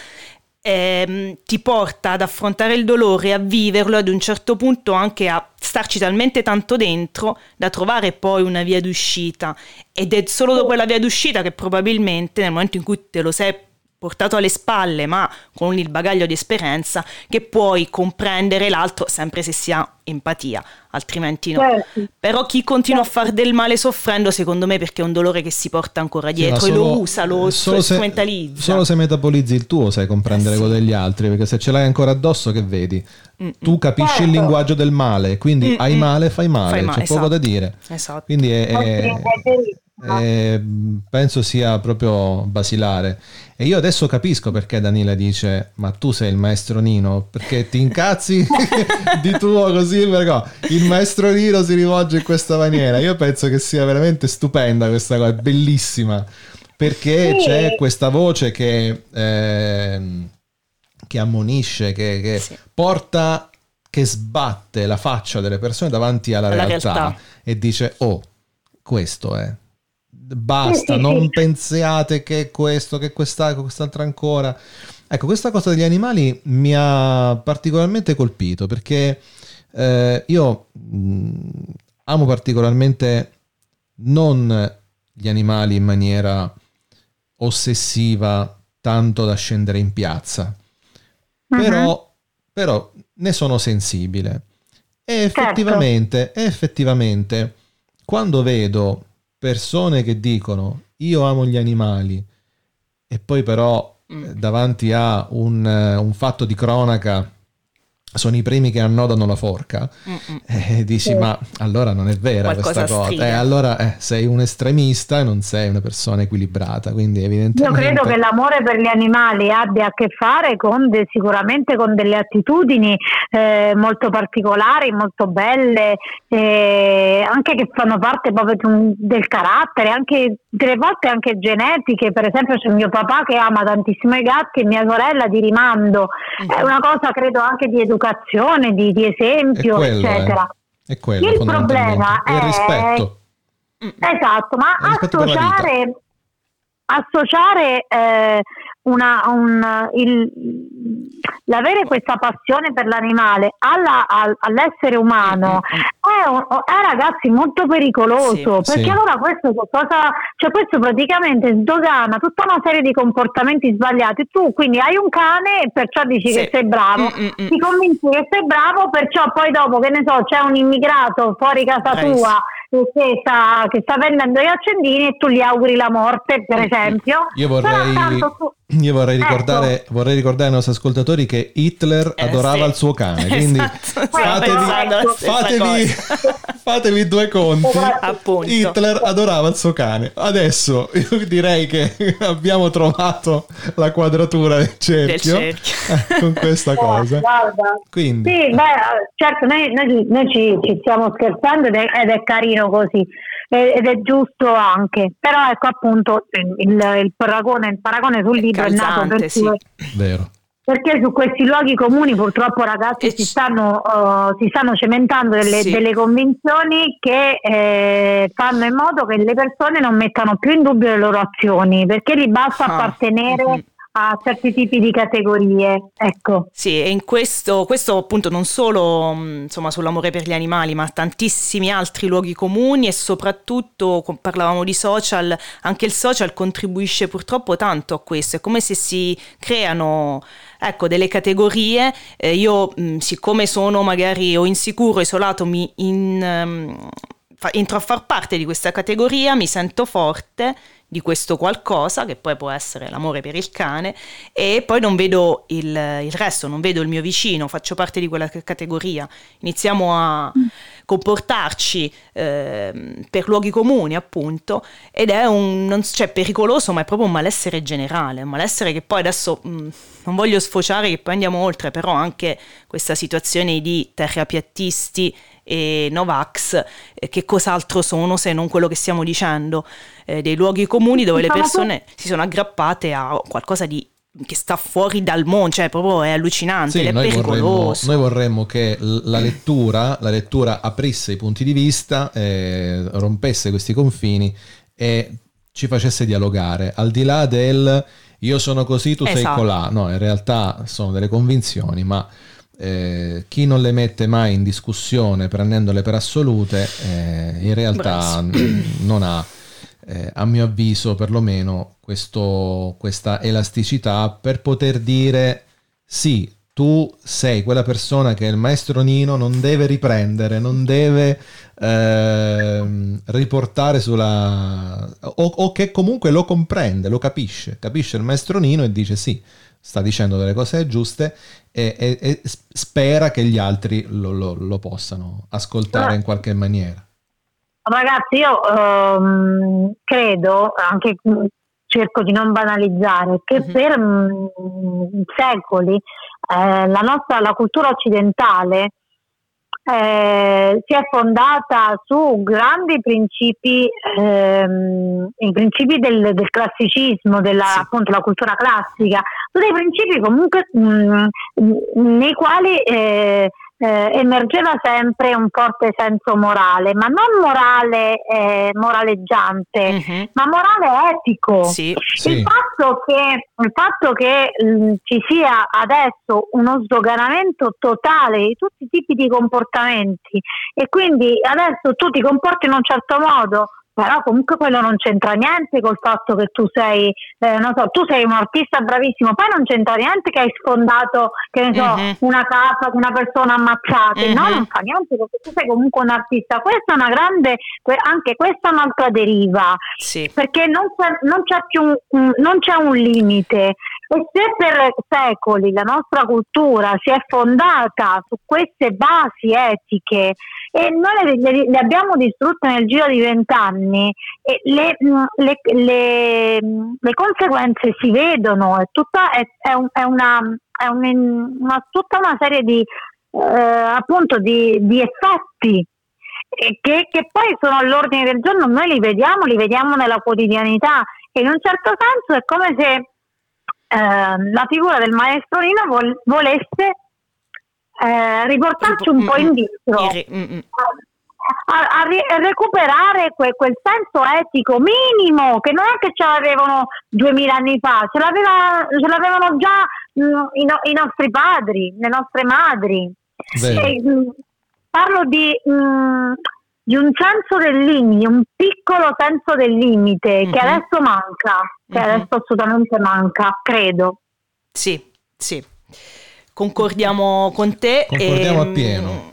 ehm, ti porta ad affrontare il dolore, a viverlo, ad un certo punto anche a starci talmente tanto dentro da trovare poi una via d'uscita, ed è solo dopo la via d'uscita che probabilmente nel momento in cui te lo sei portato alle spalle ma con il bagaglio di esperienza che puoi comprendere l'altro, sempre se si ha empatia, altrimenti no. certo. Però chi continua a far del male soffrendo, secondo me, perché è un dolore che si porta ancora Sì, dietro ma e lo solo- usa, lo solo se- strumentalizza. Solo se metabolizzi il tuo sai comprendere Eh, sì. quello degli altri, perché se ce l'hai ancora addosso che vedi? Mm-mm. Tu capisci Certo. il linguaggio del male, quindi Mm-mm. hai male, fai male, Fai c'è male, poco da esatto. dire. Esatto. Quindi è- Sì, è- è verissimo. è- penso sia proprio basilare. E io adesso capisco perché Danila dice ma tu sei il maestro Nino, perché ti incazzi di tuo così, perché il maestro Nino si rivolge in questa maniera. Io penso che sia veramente stupenda questa cosa, è bellissima, perché Sì. c'è questa voce che, ehm, che ammonisce, che, che Sì. porta, che sbatte la faccia delle persone davanti alla, Alla realtà, realtà. e dice oh, questo è, basta, Sì, sì, non sì. pensiate che questo, che questa, quest'altra ancora. Ecco, questa cosa degli animali mi ha particolarmente colpito, perché eh, io mh, amo particolarmente non gli animali in maniera ossessiva, tanto da scendere in piazza, però, però ne sono sensibile, e effettivamente, e effettivamente quando vedo persone che dicono io amo gli animali e poi però mm. davanti a un, un fatto di cronaca sono i primi che annodano la forca, e eh, dici sì. ma allora non è vera Qualcosa questa cosa, stride. eh, allora eh, sei un estremista e non sei una persona equilibrata, quindi evidentemente... Io credo che l'amore per gli animali abbia a che fare con de, sicuramente con delle attitudini eh, molto particolari, molto belle, eh, anche che fanno parte proprio di un, del carattere, anche delle volte anche genetiche. Per esempio c'è mio papà che ama tantissimo i gatti e mia sorella di rimando, è una cosa credo anche di educazione, di, di esempio, quello, eccetera. Eh. È quello, il problema è il rispetto. Esatto, ma il rispetto associare associare eh, una, un, il, l'avere questa passione per l'animale alla, al, all'essere umano è, un, è ragazzi molto pericoloso, sì, perché sì. allora questo cosa, cioè questo praticamente sdogana tutta una serie di comportamenti sbagliati. Tu quindi hai un cane e perciò dici sì. che sei bravo, mm-mm. ti convinci che sei bravo, perciò poi dopo che ne so c'è un immigrato fuori casa Bravissimo. tua che sta, che sta vendendo gli accendini e tu gli auguri la morte, per esempio. Io vorrei, tu... io vorrei ricordare ecco. vorrei ricordare ai nostri ascoltatori che Hitler eh, adorava sì. il suo cane, quindi esatto, fatevi, fatevi, fatevi due conti. Appunto. Hitler adorava il suo cane. Adesso io direi che abbiamo trovato la quadratura del cerchio, del cerchio. con questa cosa. Guarda. Quindi. Sì, beh, certo, noi, noi, noi ci, ci stiamo scherzando ed è, ed è carino così ed è giusto anche, però ecco appunto il, il paragone il paragone sul libro è nato per sì. Vero. perché su questi luoghi comuni purtroppo ragazzi si stanno uh, si stanno cementando delle, sì. delle convinzioni che eh, fanno in modo che le persone non mettano più in dubbio le loro azioni, perché gli basta ah. appartenere mm-hmm. a certi tipi di categorie, ecco. Sì, e in questo, questo appunto non solo insomma sull'amore per gli animali, ma tantissimi altri luoghi comuni, e soprattutto parlavamo di social, anche il social contribuisce purtroppo tanto a questo. È come se si creano ecco delle categorie, eh, io mh, siccome sono magari o insicuro, isolato, mi in, um, fa, entro a far parte di questa categoria, mi sento forte di questo qualcosa che poi può essere l'amore per il cane, e poi non vedo il, il resto, non vedo il mio vicino, faccio parte di quella categoria, iniziamo a comportarci eh, per luoghi comuni appunto, ed è un non cioè pericoloso, ma è proprio un malessere generale, un malessere che poi adesso mh, non voglio sfociare che poi andiamo oltre, però anche questa situazione di terrapiattisti e Novax, eh, che cos'altro sono se non quello che stiamo dicendo, eh, dei luoghi comuni dove le persone si sono aggrappate a qualcosa di che sta fuori dal mondo, cioè proprio è allucinante, sì, è noi pericoloso. Vorremmo, noi vorremmo che la lettura, la lettura aprisse i punti di vista, eh, rompesse questi confini e ci facesse dialogare, al di là del io sono così, tu esatto. sei colà. No, in realtà sono delle convinzioni, ma Eh, chi non le mette mai in discussione prendendole per assolute eh, in realtà n- non ha eh, a mio avviso perlomeno questo, questa elasticità per poter dire sì, tu sei quella persona che il maestro Nino non deve riprendere, non deve eh, riportare sulla o, o che comunque lo comprende, lo capisce capisce il maestro Nino e dice sì, sta dicendo delle cose giuste e, e, e spera che gli altri lo, lo, lo possano ascoltare in qualche maniera. Ragazzi, io um, credo, anche cerco di non banalizzare, che mm-hmm. per um, secoli eh, la nostra la cultura occidentale Eh, si è fondata su grandi principi, ehm, i principi del, del classicismo, della sì. appunto la cultura classica, sono dei principi comunque mh, nei quali eh, eh, emergeva sempre un forte senso morale, ma non morale eh, moraleggiante, mm-hmm. ma morale etico. Sì. Sì. Il fatto che, il fatto che mh, ci sia adesso uno sdoganamento totale di tutti i tipi di comportamenti, e quindi adesso tu ti comporti in un certo modo, però comunque quello non c'entra niente col fatto che tu sei, eh, non so, tu sei un artista bravissimo, poi non c'entra niente che hai sfondato, che ne so, mm-hmm. una casa con una persona ammazzata, mm-hmm. no, non fa niente perché tu sei comunque un artista. Questa è una grande, anche questa è un'altra deriva, sì. perché non c'è, non c'è più un, non c'è un limite. E se per secoli la nostra cultura si è fondata su queste basi etiche e noi le, le abbiamo distrutte nel giro di vent'anni, e le, le, le, le conseguenze si vedono, è, tutta, è, è, un, è, una, è un, una, tutta una serie di, eh, appunto di, di effetti che, che poi sono all'ordine del giorno, noi li vediamo, li vediamo nella quotidianità, e in un certo senso è come se eh, la figura del maestro Nino vol- volesse eh, riportarci un po' indietro, a, a, ri- a recuperare que- quel senso etico minimo che non è che ce l'avevano duemila anni fa, ce, l'aveva, ce l'avevano già mh, i, no- i nostri padri, le nostre madri. E, mh, parlo di, mh, di un senso del limite, un piccolo senso del limite mm-hmm. che adesso manca, che mm-hmm. adesso assolutamente manca, credo. Sì, sì. Concordiamo con te. Concordiamo e, appieno.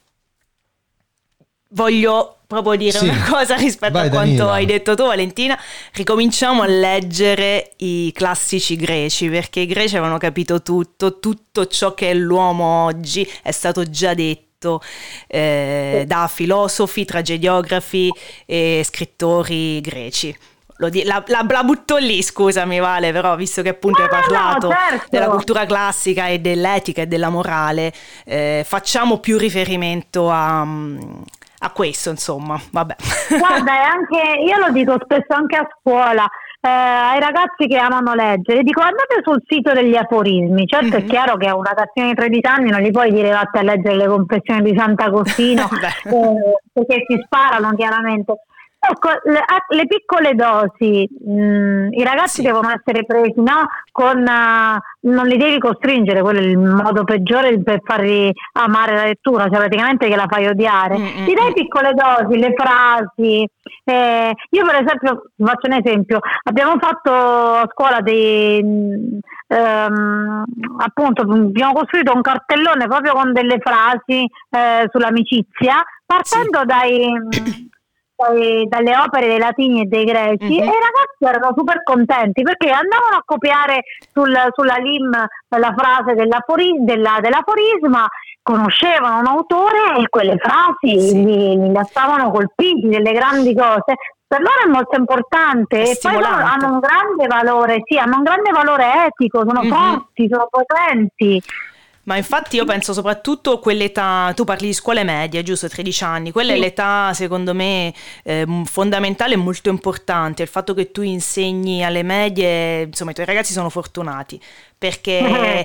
Voglio proprio dire sì. una cosa rispetto Vai, a quanto Danila. hai detto tu, Valentina. Ricominciamo a leggere i classici greci, perché i greci avevano capito tutto, tutto ciò che è l'uomo oggi è stato già detto eh, da filosofi, tragediografi e scrittori greci. Lo di- la, la, la butto lì, scusami Vale, però visto che appunto no, hai parlato no, certo. della cultura classica e dell'etica e della morale, eh, facciamo più riferimento a, a questo, insomma, vabbè. Guarda, è anche, io lo dico spesso anche a scuola, eh, ai ragazzi che amano leggere, dico andate sul sito degli aforismi. Certo mm-hmm. è chiaro che a un ragazzino di tredici anni non gli puoi dire vatte a leggere le confessioni di Sant'Agostino eh, perché si sparano chiaramente. Ecco, le, le piccole dosi, mh, i ragazzi sì. devono essere presi, no? Con, uh, non li devi costringere, quello è il modo peggiore per farli amare la lettura, cioè praticamente che la fai odiare. Mm-hmm. Ti dai piccole dosi, le frasi. Eh, io per esempio, faccio un esempio, abbiamo fatto a scuola dei... Um, appunto abbiamo costruito un cartellone proprio con delle frasi eh, sull'amicizia, partendo sì. dai... dalle opere dei latini e dei greci, mm-hmm. e i ragazzi erano super contenti perché andavano a copiare sul, sulla L I M la frase dell'afori- della, dell'aforisma, conoscevano un autore e quelle frasi sì. li, li lasciavano colpiti, delle grandi cose. Per loro è molto importante, e poi loro hanno un grande valore, sì, hanno un grande valore etico, sono mm-hmm. forti, sono potenti. Ma infatti io penso soprattutto quell'età, tu parli di scuole medie, giusto, tredici anni, quella sì. è l'età secondo me eh, fondamentale e molto importante, il fatto che tu insegni alle medie, insomma i tuoi ragazzi sono fortunati, perché uh-huh.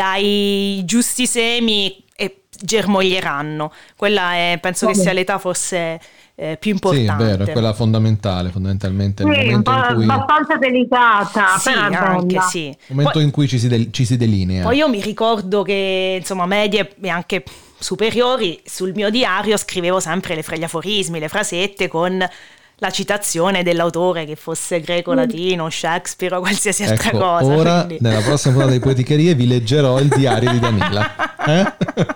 dai giusti semi e germoglieranno, quella è, penso uh-huh. che sia l'età forse... Eh, più importante. Sì, è vero, è quella fondamentale, fondamentalmente. Sì, il momento in cui... abbastanza delicata. Sì, anche sì. Il momento poi, in cui ci si, de- ci si delinea. Poi io mi ricordo che, insomma, medie e anche superiori, sul mio diario scrivevo sempre le, gli aforismi, le frasette con la citazione dell'autore, che fosse greco, latino, Shakespeare o qualsiasi altra ecco, cosa. Ora, quindi... nella prossima puntata di Poeticherie, vi leggerò il diario di Danila. Eh?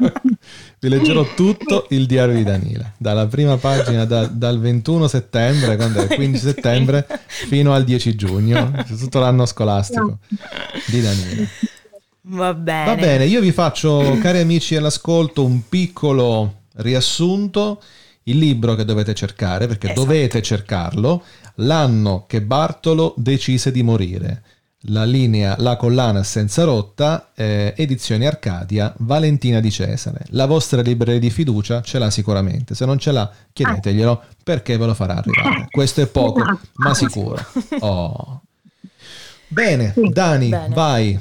Vi leggerò tutto il diario di Danila, dalla prima pagina, da, dal ventuno settembre, quando è il quindici settembre, fino al dieci giugno, tutto l'anno scolastico di Danila. Va bene. Va bene, io vi faccio, cari amici all'ascolto, un piccolo riassunto. Il libro che dovete cercare, perché esatto. dovete cercarlo, L'anno che Bartolo decise di morire. La linea La collana senza rotta, eh, edizioni Arcadia, Valentina Di Cesare. La vostra libreria di fiducia ce l'ha sicuramente, se non ce l'ha chiedeteglielo perché ve lo farà arrivare. Questo è poco, ma sicuro. Oh. Bene, Dani, Bene. vai.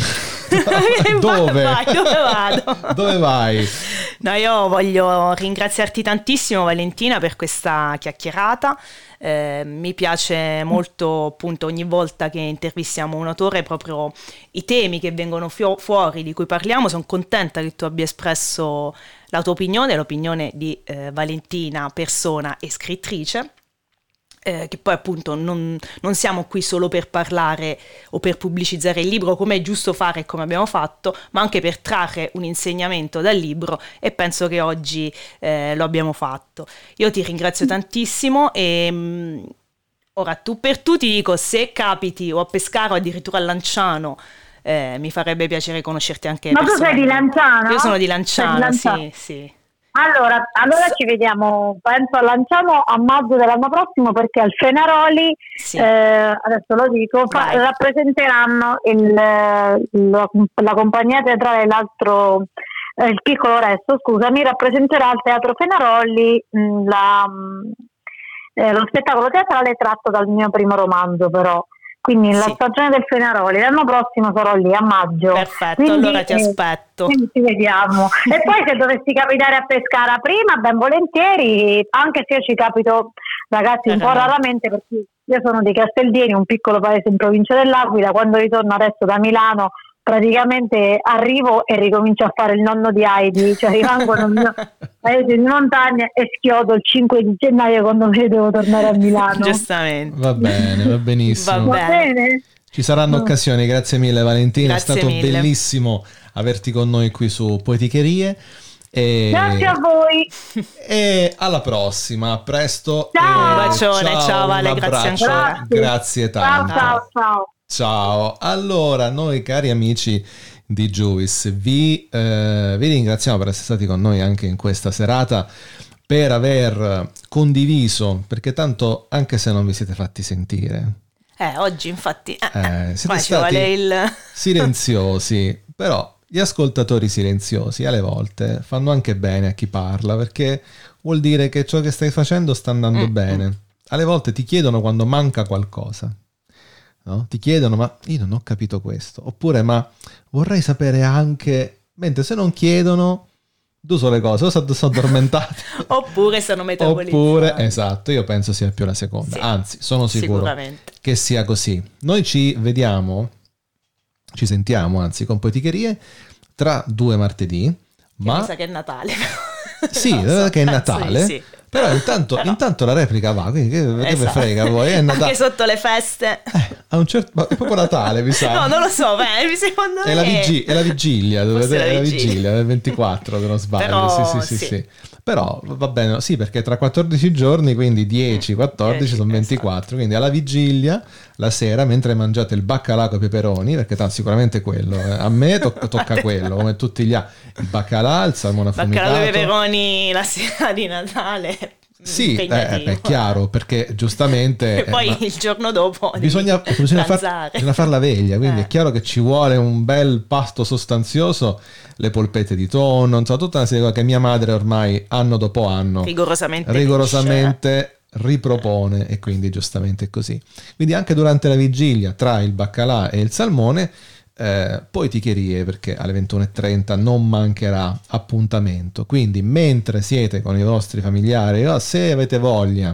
Dove? Vai, dove vado? Dove vai? No, io voglio ringraziarti tantissimo, Valentina, per questa chiacchierata. Eh, mi piace molto, appunto, ogni volta che intervistiamo un autore, proprio i temi che vengono fio- fuori, di cui parliamo. Sono contenta che tu abbia espresso la tua opinione, l'opinione di eh, Valentina, persona e scrittrice. Eh, che poi appunto non, non siamo qui solo per parlare o per pubblicizzare il libro, come è giusto fare e come abbiamo fatto, ma anche per trarre un insegnamento dal libro, e penso che oggi eh, lo abbiamo fatto. Io ti ringrazio tantissimo e mh, ora tu per tu ti dico, se capiti o a Pescara o addirittura a Lanciano, eh, mi farebbe piacere conoscerti anche. Ma tu sei di Lanciano? Io sono di Lanciano, di Lanciano. sì, sì. Allora, allora ci vediamo, penso a Lanciano a maggio dell'anno prossimo, perché al Fenaroli, sì. eh, adesso lo dico, fa, rappresenteranno il, la, la compagnia teatrale, l'altro, eh, il Piccolo Resto, scusami, rappresenterà al Teatro Fenaroli mh, la, mh, eh, lo spettacolo teatrale tratto dal mio primo romanzo, però. Quindi la sì. stagione del Fenaroli, l'anno prossimo sarò lì a maggio. Perfetto, quindi, allora ti aspetto. Quindi ci vediamo. E poi se dovessi capitare a Pescara prima, ben volentieri, anche se io ci capito, ragazzi, un po' raramente, perché io sono di Casteldieni, un piccolo paese in provincia dell'Aquila. Quando ritorno adesso da Milano, praticamente arrivo e ricomincio a fare il nonno di Heidi, cioè rimango nel mio paese di montagna e schiodo il cinque di gennaio quando mi devo tornare a Milano. Giustamente. Va bene, va benissimo. Va bene. Ci saranno occasioni, grazie mille Valentina, Grazie è stato mille. bellissimo averti con noi qui su Poeticherie. E... Grazie a voi. E alla prossima, a presto. Ciao. E Un bacione, ciao, ciao Vale, un grazie abbraccio. ancora. Grazie tanto. Ciao, ciao, ciao. Ciao, allora noi cari amici di Juice vi, eh, vi ringraziamo per essere stati con noi anche in questa serata, per aver condiviso, perché tanto anche se non vi siete fatti sentire, Eh, oggi infatti eh, eh, siete qua ci stati vuole il... silenziosi, però gli ascoltatori silenziosi alle volte fanno anche bene a chi parla, perché vuol dire che ciò che stai facendo sta andando Mm, bene. Alle volte ti chiedono quando manca qualcosa. No? Ti chiedono, ma io non ho capito questo, oppure ma vorrei sapere anche, mentre se non chiedono due sole cose, o sono addormentate oppure sono metabolizzati. oppure, esatto, io penso sia più la seconda, Sì, anzi sono sicuro sicuramente. che sia così. Noi ci vediamo, ci sentiamo anzi con Poeticherie tra due martedì, Che ma mi sa che è Natale. sì, Non so, che è penso Natale. di sì. Però intanto, Però- intanto la replica va, quindi che, che ve Esatto. frega voi? È Natale. Anche sotto le feste. Eh, a un certo, ma è proprio Natale, mi sa. No, non lo so, beh, secondo È me la, vigi- è la vigilia, Forse dovete- la è la vigilia. vigilia del ventiquattro, se non sbaglio. Però, sì, sì, sì, sì. sì. Però va bene, sì, perché tra quattordici giorni, quindi dieci, quattordici dieci, sono ventiquattro, quindi alla vigilia, la sera, mentre mangiate il baccalà con i peperoni, perché tanto sicuramente quello, eh, a me to- tocca quello, come tutti gli altri, il baccalà, il salmone affumicato. Baccalà con i peperoni la sera di Natale. Sì, eh, impegnativo. è chiaro, perché giustamente... E poi eh, ma- il giorno dopo devi Bisogna, bisogna, far, pranzare. bisogna far la veglia, quindi Eh. è chiaro che ci vuole un bel pasto sostanzioso, le polpette di tonno, non so, tutta una serie di cose che mia madre ormai anno dopo anno rigorosamente rigorosamente ripropone, e quindi giustamente è così. Quindi anche durante la vigilia tra il baccalà e il salmone, eh, Poeticherie, perché alle ventuno e trenta non mancherà appuntamento, quindi mentre siete con i vostri familiari, oh, se avete voglia,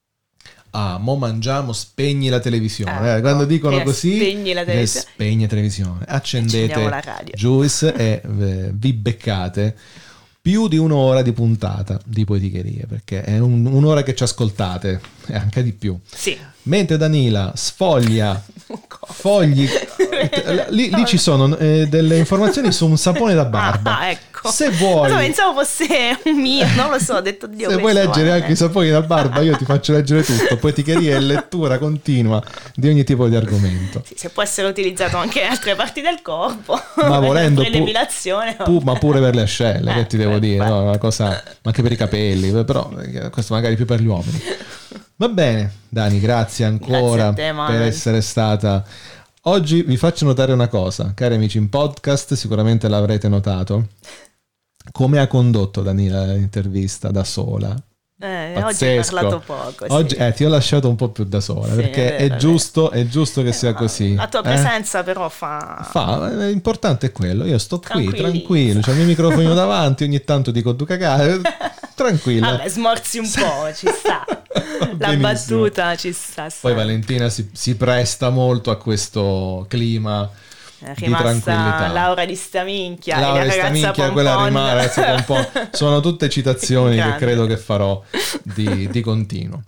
ah, mo mangiamo, spegni la televisione. Ecco, Eh, quando dicono che così, spegni la eh, televisione. spegni la televisione, accendete Accendiamo la radio. Juice e eh, vi beccate più di un'ora di puntata di Poeticherie, perché è un- un'ora che ci ascoltate, e anche di più. Sì. Mentre Danila sfoglia fogli, lì, lì ci sono eh, delle informazioni su un sapone da barba. Ah, ecco. Se vuoi, No, pensavo fosse un mio, non lo so, ho detto Dio. se vuoi questo leggere guarda. anche i saponi da barba, io ti faccio leggere tutto. Poeticheria e lettura continua di ogni tipo di argomento. Sì, se può essere utilizzato anche in altre parti del corpo. Ma volendo per pu- l'epilazione. pu- ma pure per le ascelle, Eh, che ti devo beh, dire, beh. no? Una cosa, ma anche per i capelli, però eh, questo magari più per gli uomini. Va bene, Dani, grazie ancora Grazie a te, Manuel. per essere stata. Oggi vi faccio notare una cosa, cari amici in podcast, sicuramente l'avrete notato. Come ha condotto Danila l'intervista da sola? Eh, oggi hai Pazzesco. parlato poco. Sì. Oggi eh, ti ho lasciato un po' più da sola, Sì, perché è vero, è, è giusto, è giusto che sia Ma così. La tua eh? presenza però fa... Fa, l'importante è quello, io sto qui Tranquillizza. tranquillo, c'ho il mio microfono davanti, ogni tanto dico due cagate, tranquillo. Vabbè, smorzi un po', ci sta. La Benissimo. battuta ci sta. Poi sempre. Valentina si, si presta molto a questo clima È di rimasta tranquillità. Laura di sta minchia, Laura e la di sta ragazza minchia, pompon. quella rimane, ragazza pompon. Sono tutte citazioni che Grande. credo che farò di, di continuo.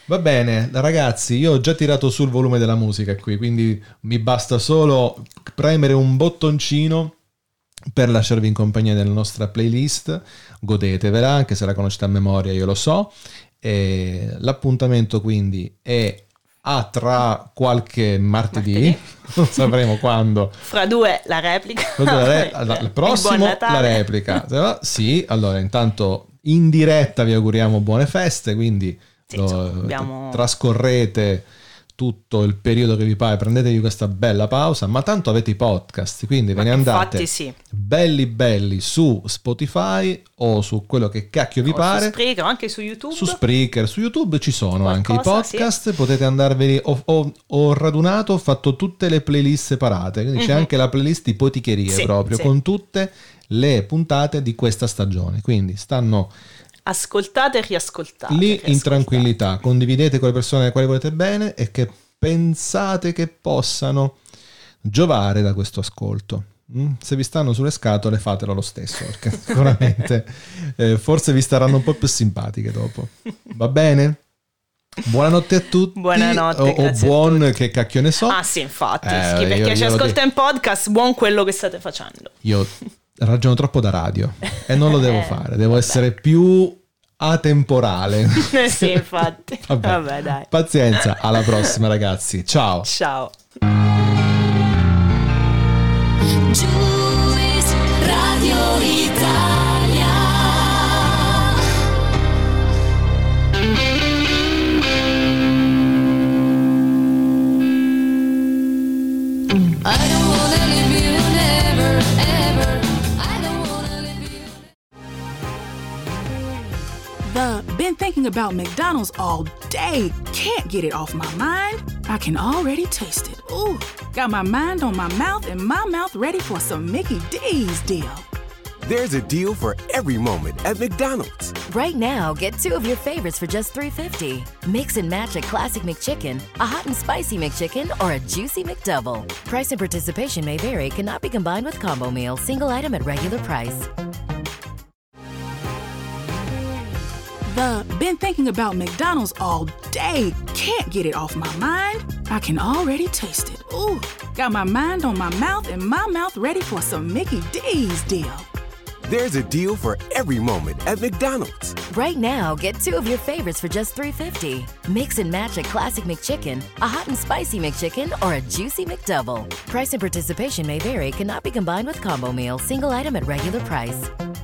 Va bene, ragazzi, io ho già tirato sul volume della musica qui, quindi mi basta solo premere un bottoncino per lasciarvi in compagnia della nostra playlist. Godetevela, anche se la conoscete a memoria, io lo so. E l'appuntamento quindi è a tra qualche martedì, martedì. Non sapremo quando. Fra due la replica. Fra due la re- la, il prossimo la replica. Sì, allora intanto in diretta vi auguriamo buone feste, quindi sì, lo, insomma, abbiamo... trascorrete tutto il periodo che vi pare, prendetevi questa bella pausa, ma tanto avete i podcast, quindi ma ve ne andate infatti, sì. belli belli su Spotify o su quello che cacchio vi o pare, su Spreaker, anche su YouTube, su Spreaker, su YouTube ci sono qualcosa, anche i podcast, sì. Potete andarveli, ho, ho, ho radunato, ho fatto tutte le playlist separate, quindi mm-hmm. c'è anche la playlist di poticherie sì, proprio, sì. con tutte le puntate di questa stagione, quindi stanno... Ascoltate e riascoltate. Lì riascoltate. In tranquillità, condividete con le persone alle quali volete bene e che pensate che possano giovare da questo ascolto. Mm? Se vi stanno sulle scatole fatelo lo stesso, perché sicuramente eh, forse vi staranno un po' più simpatiche dopo. Va bene? Buonanotte a tutti. Buonanotte, o, o buon che cacchio ne so. Ah sì, infatti, eh, sì, perché io, ci io ascolta in podcast, buon quello che state facendo. Io ragiono troppo da radio e non lo devo fare, devo vabbè. essere più atemporale. Sì, infatti. Vabbè. Vabbè, dai. Pazienza, alla prossima ragazzi. Ciao. Ciao. Juice Radio Italia. I don't wanna leave you never, ever. I don't wanna leave you. The been thinking about McDonald's all day. Can't get it off my mind. I can already taste it. Ooh, got my mind on my mouth and my mouth ready for some Mickey D's deal. There's a deal for every moment at McDonald's. Right now, get two of your favorites for just three fifty. Mix and match a classic McChicken, a hot and spicy McChicken, or a juicy McDouble. Price and participation may vary, cannot be combined with combo meal, single item at regular price. The been thinking about McDonald's all day. Can't get it off my mind. I can already taste it. Ooh, got my mind on my mouth and my mouth ready for some Mickey D's deal. There's a deal for every moment at McDonald's. Right now, get two of your favorites for just three fifty. Mix and match a classic McChicken, a hot and spicy McChicken, or a juicy McDouble. Price and participation may vary, cannot be combined with combo meal, single item at regular price.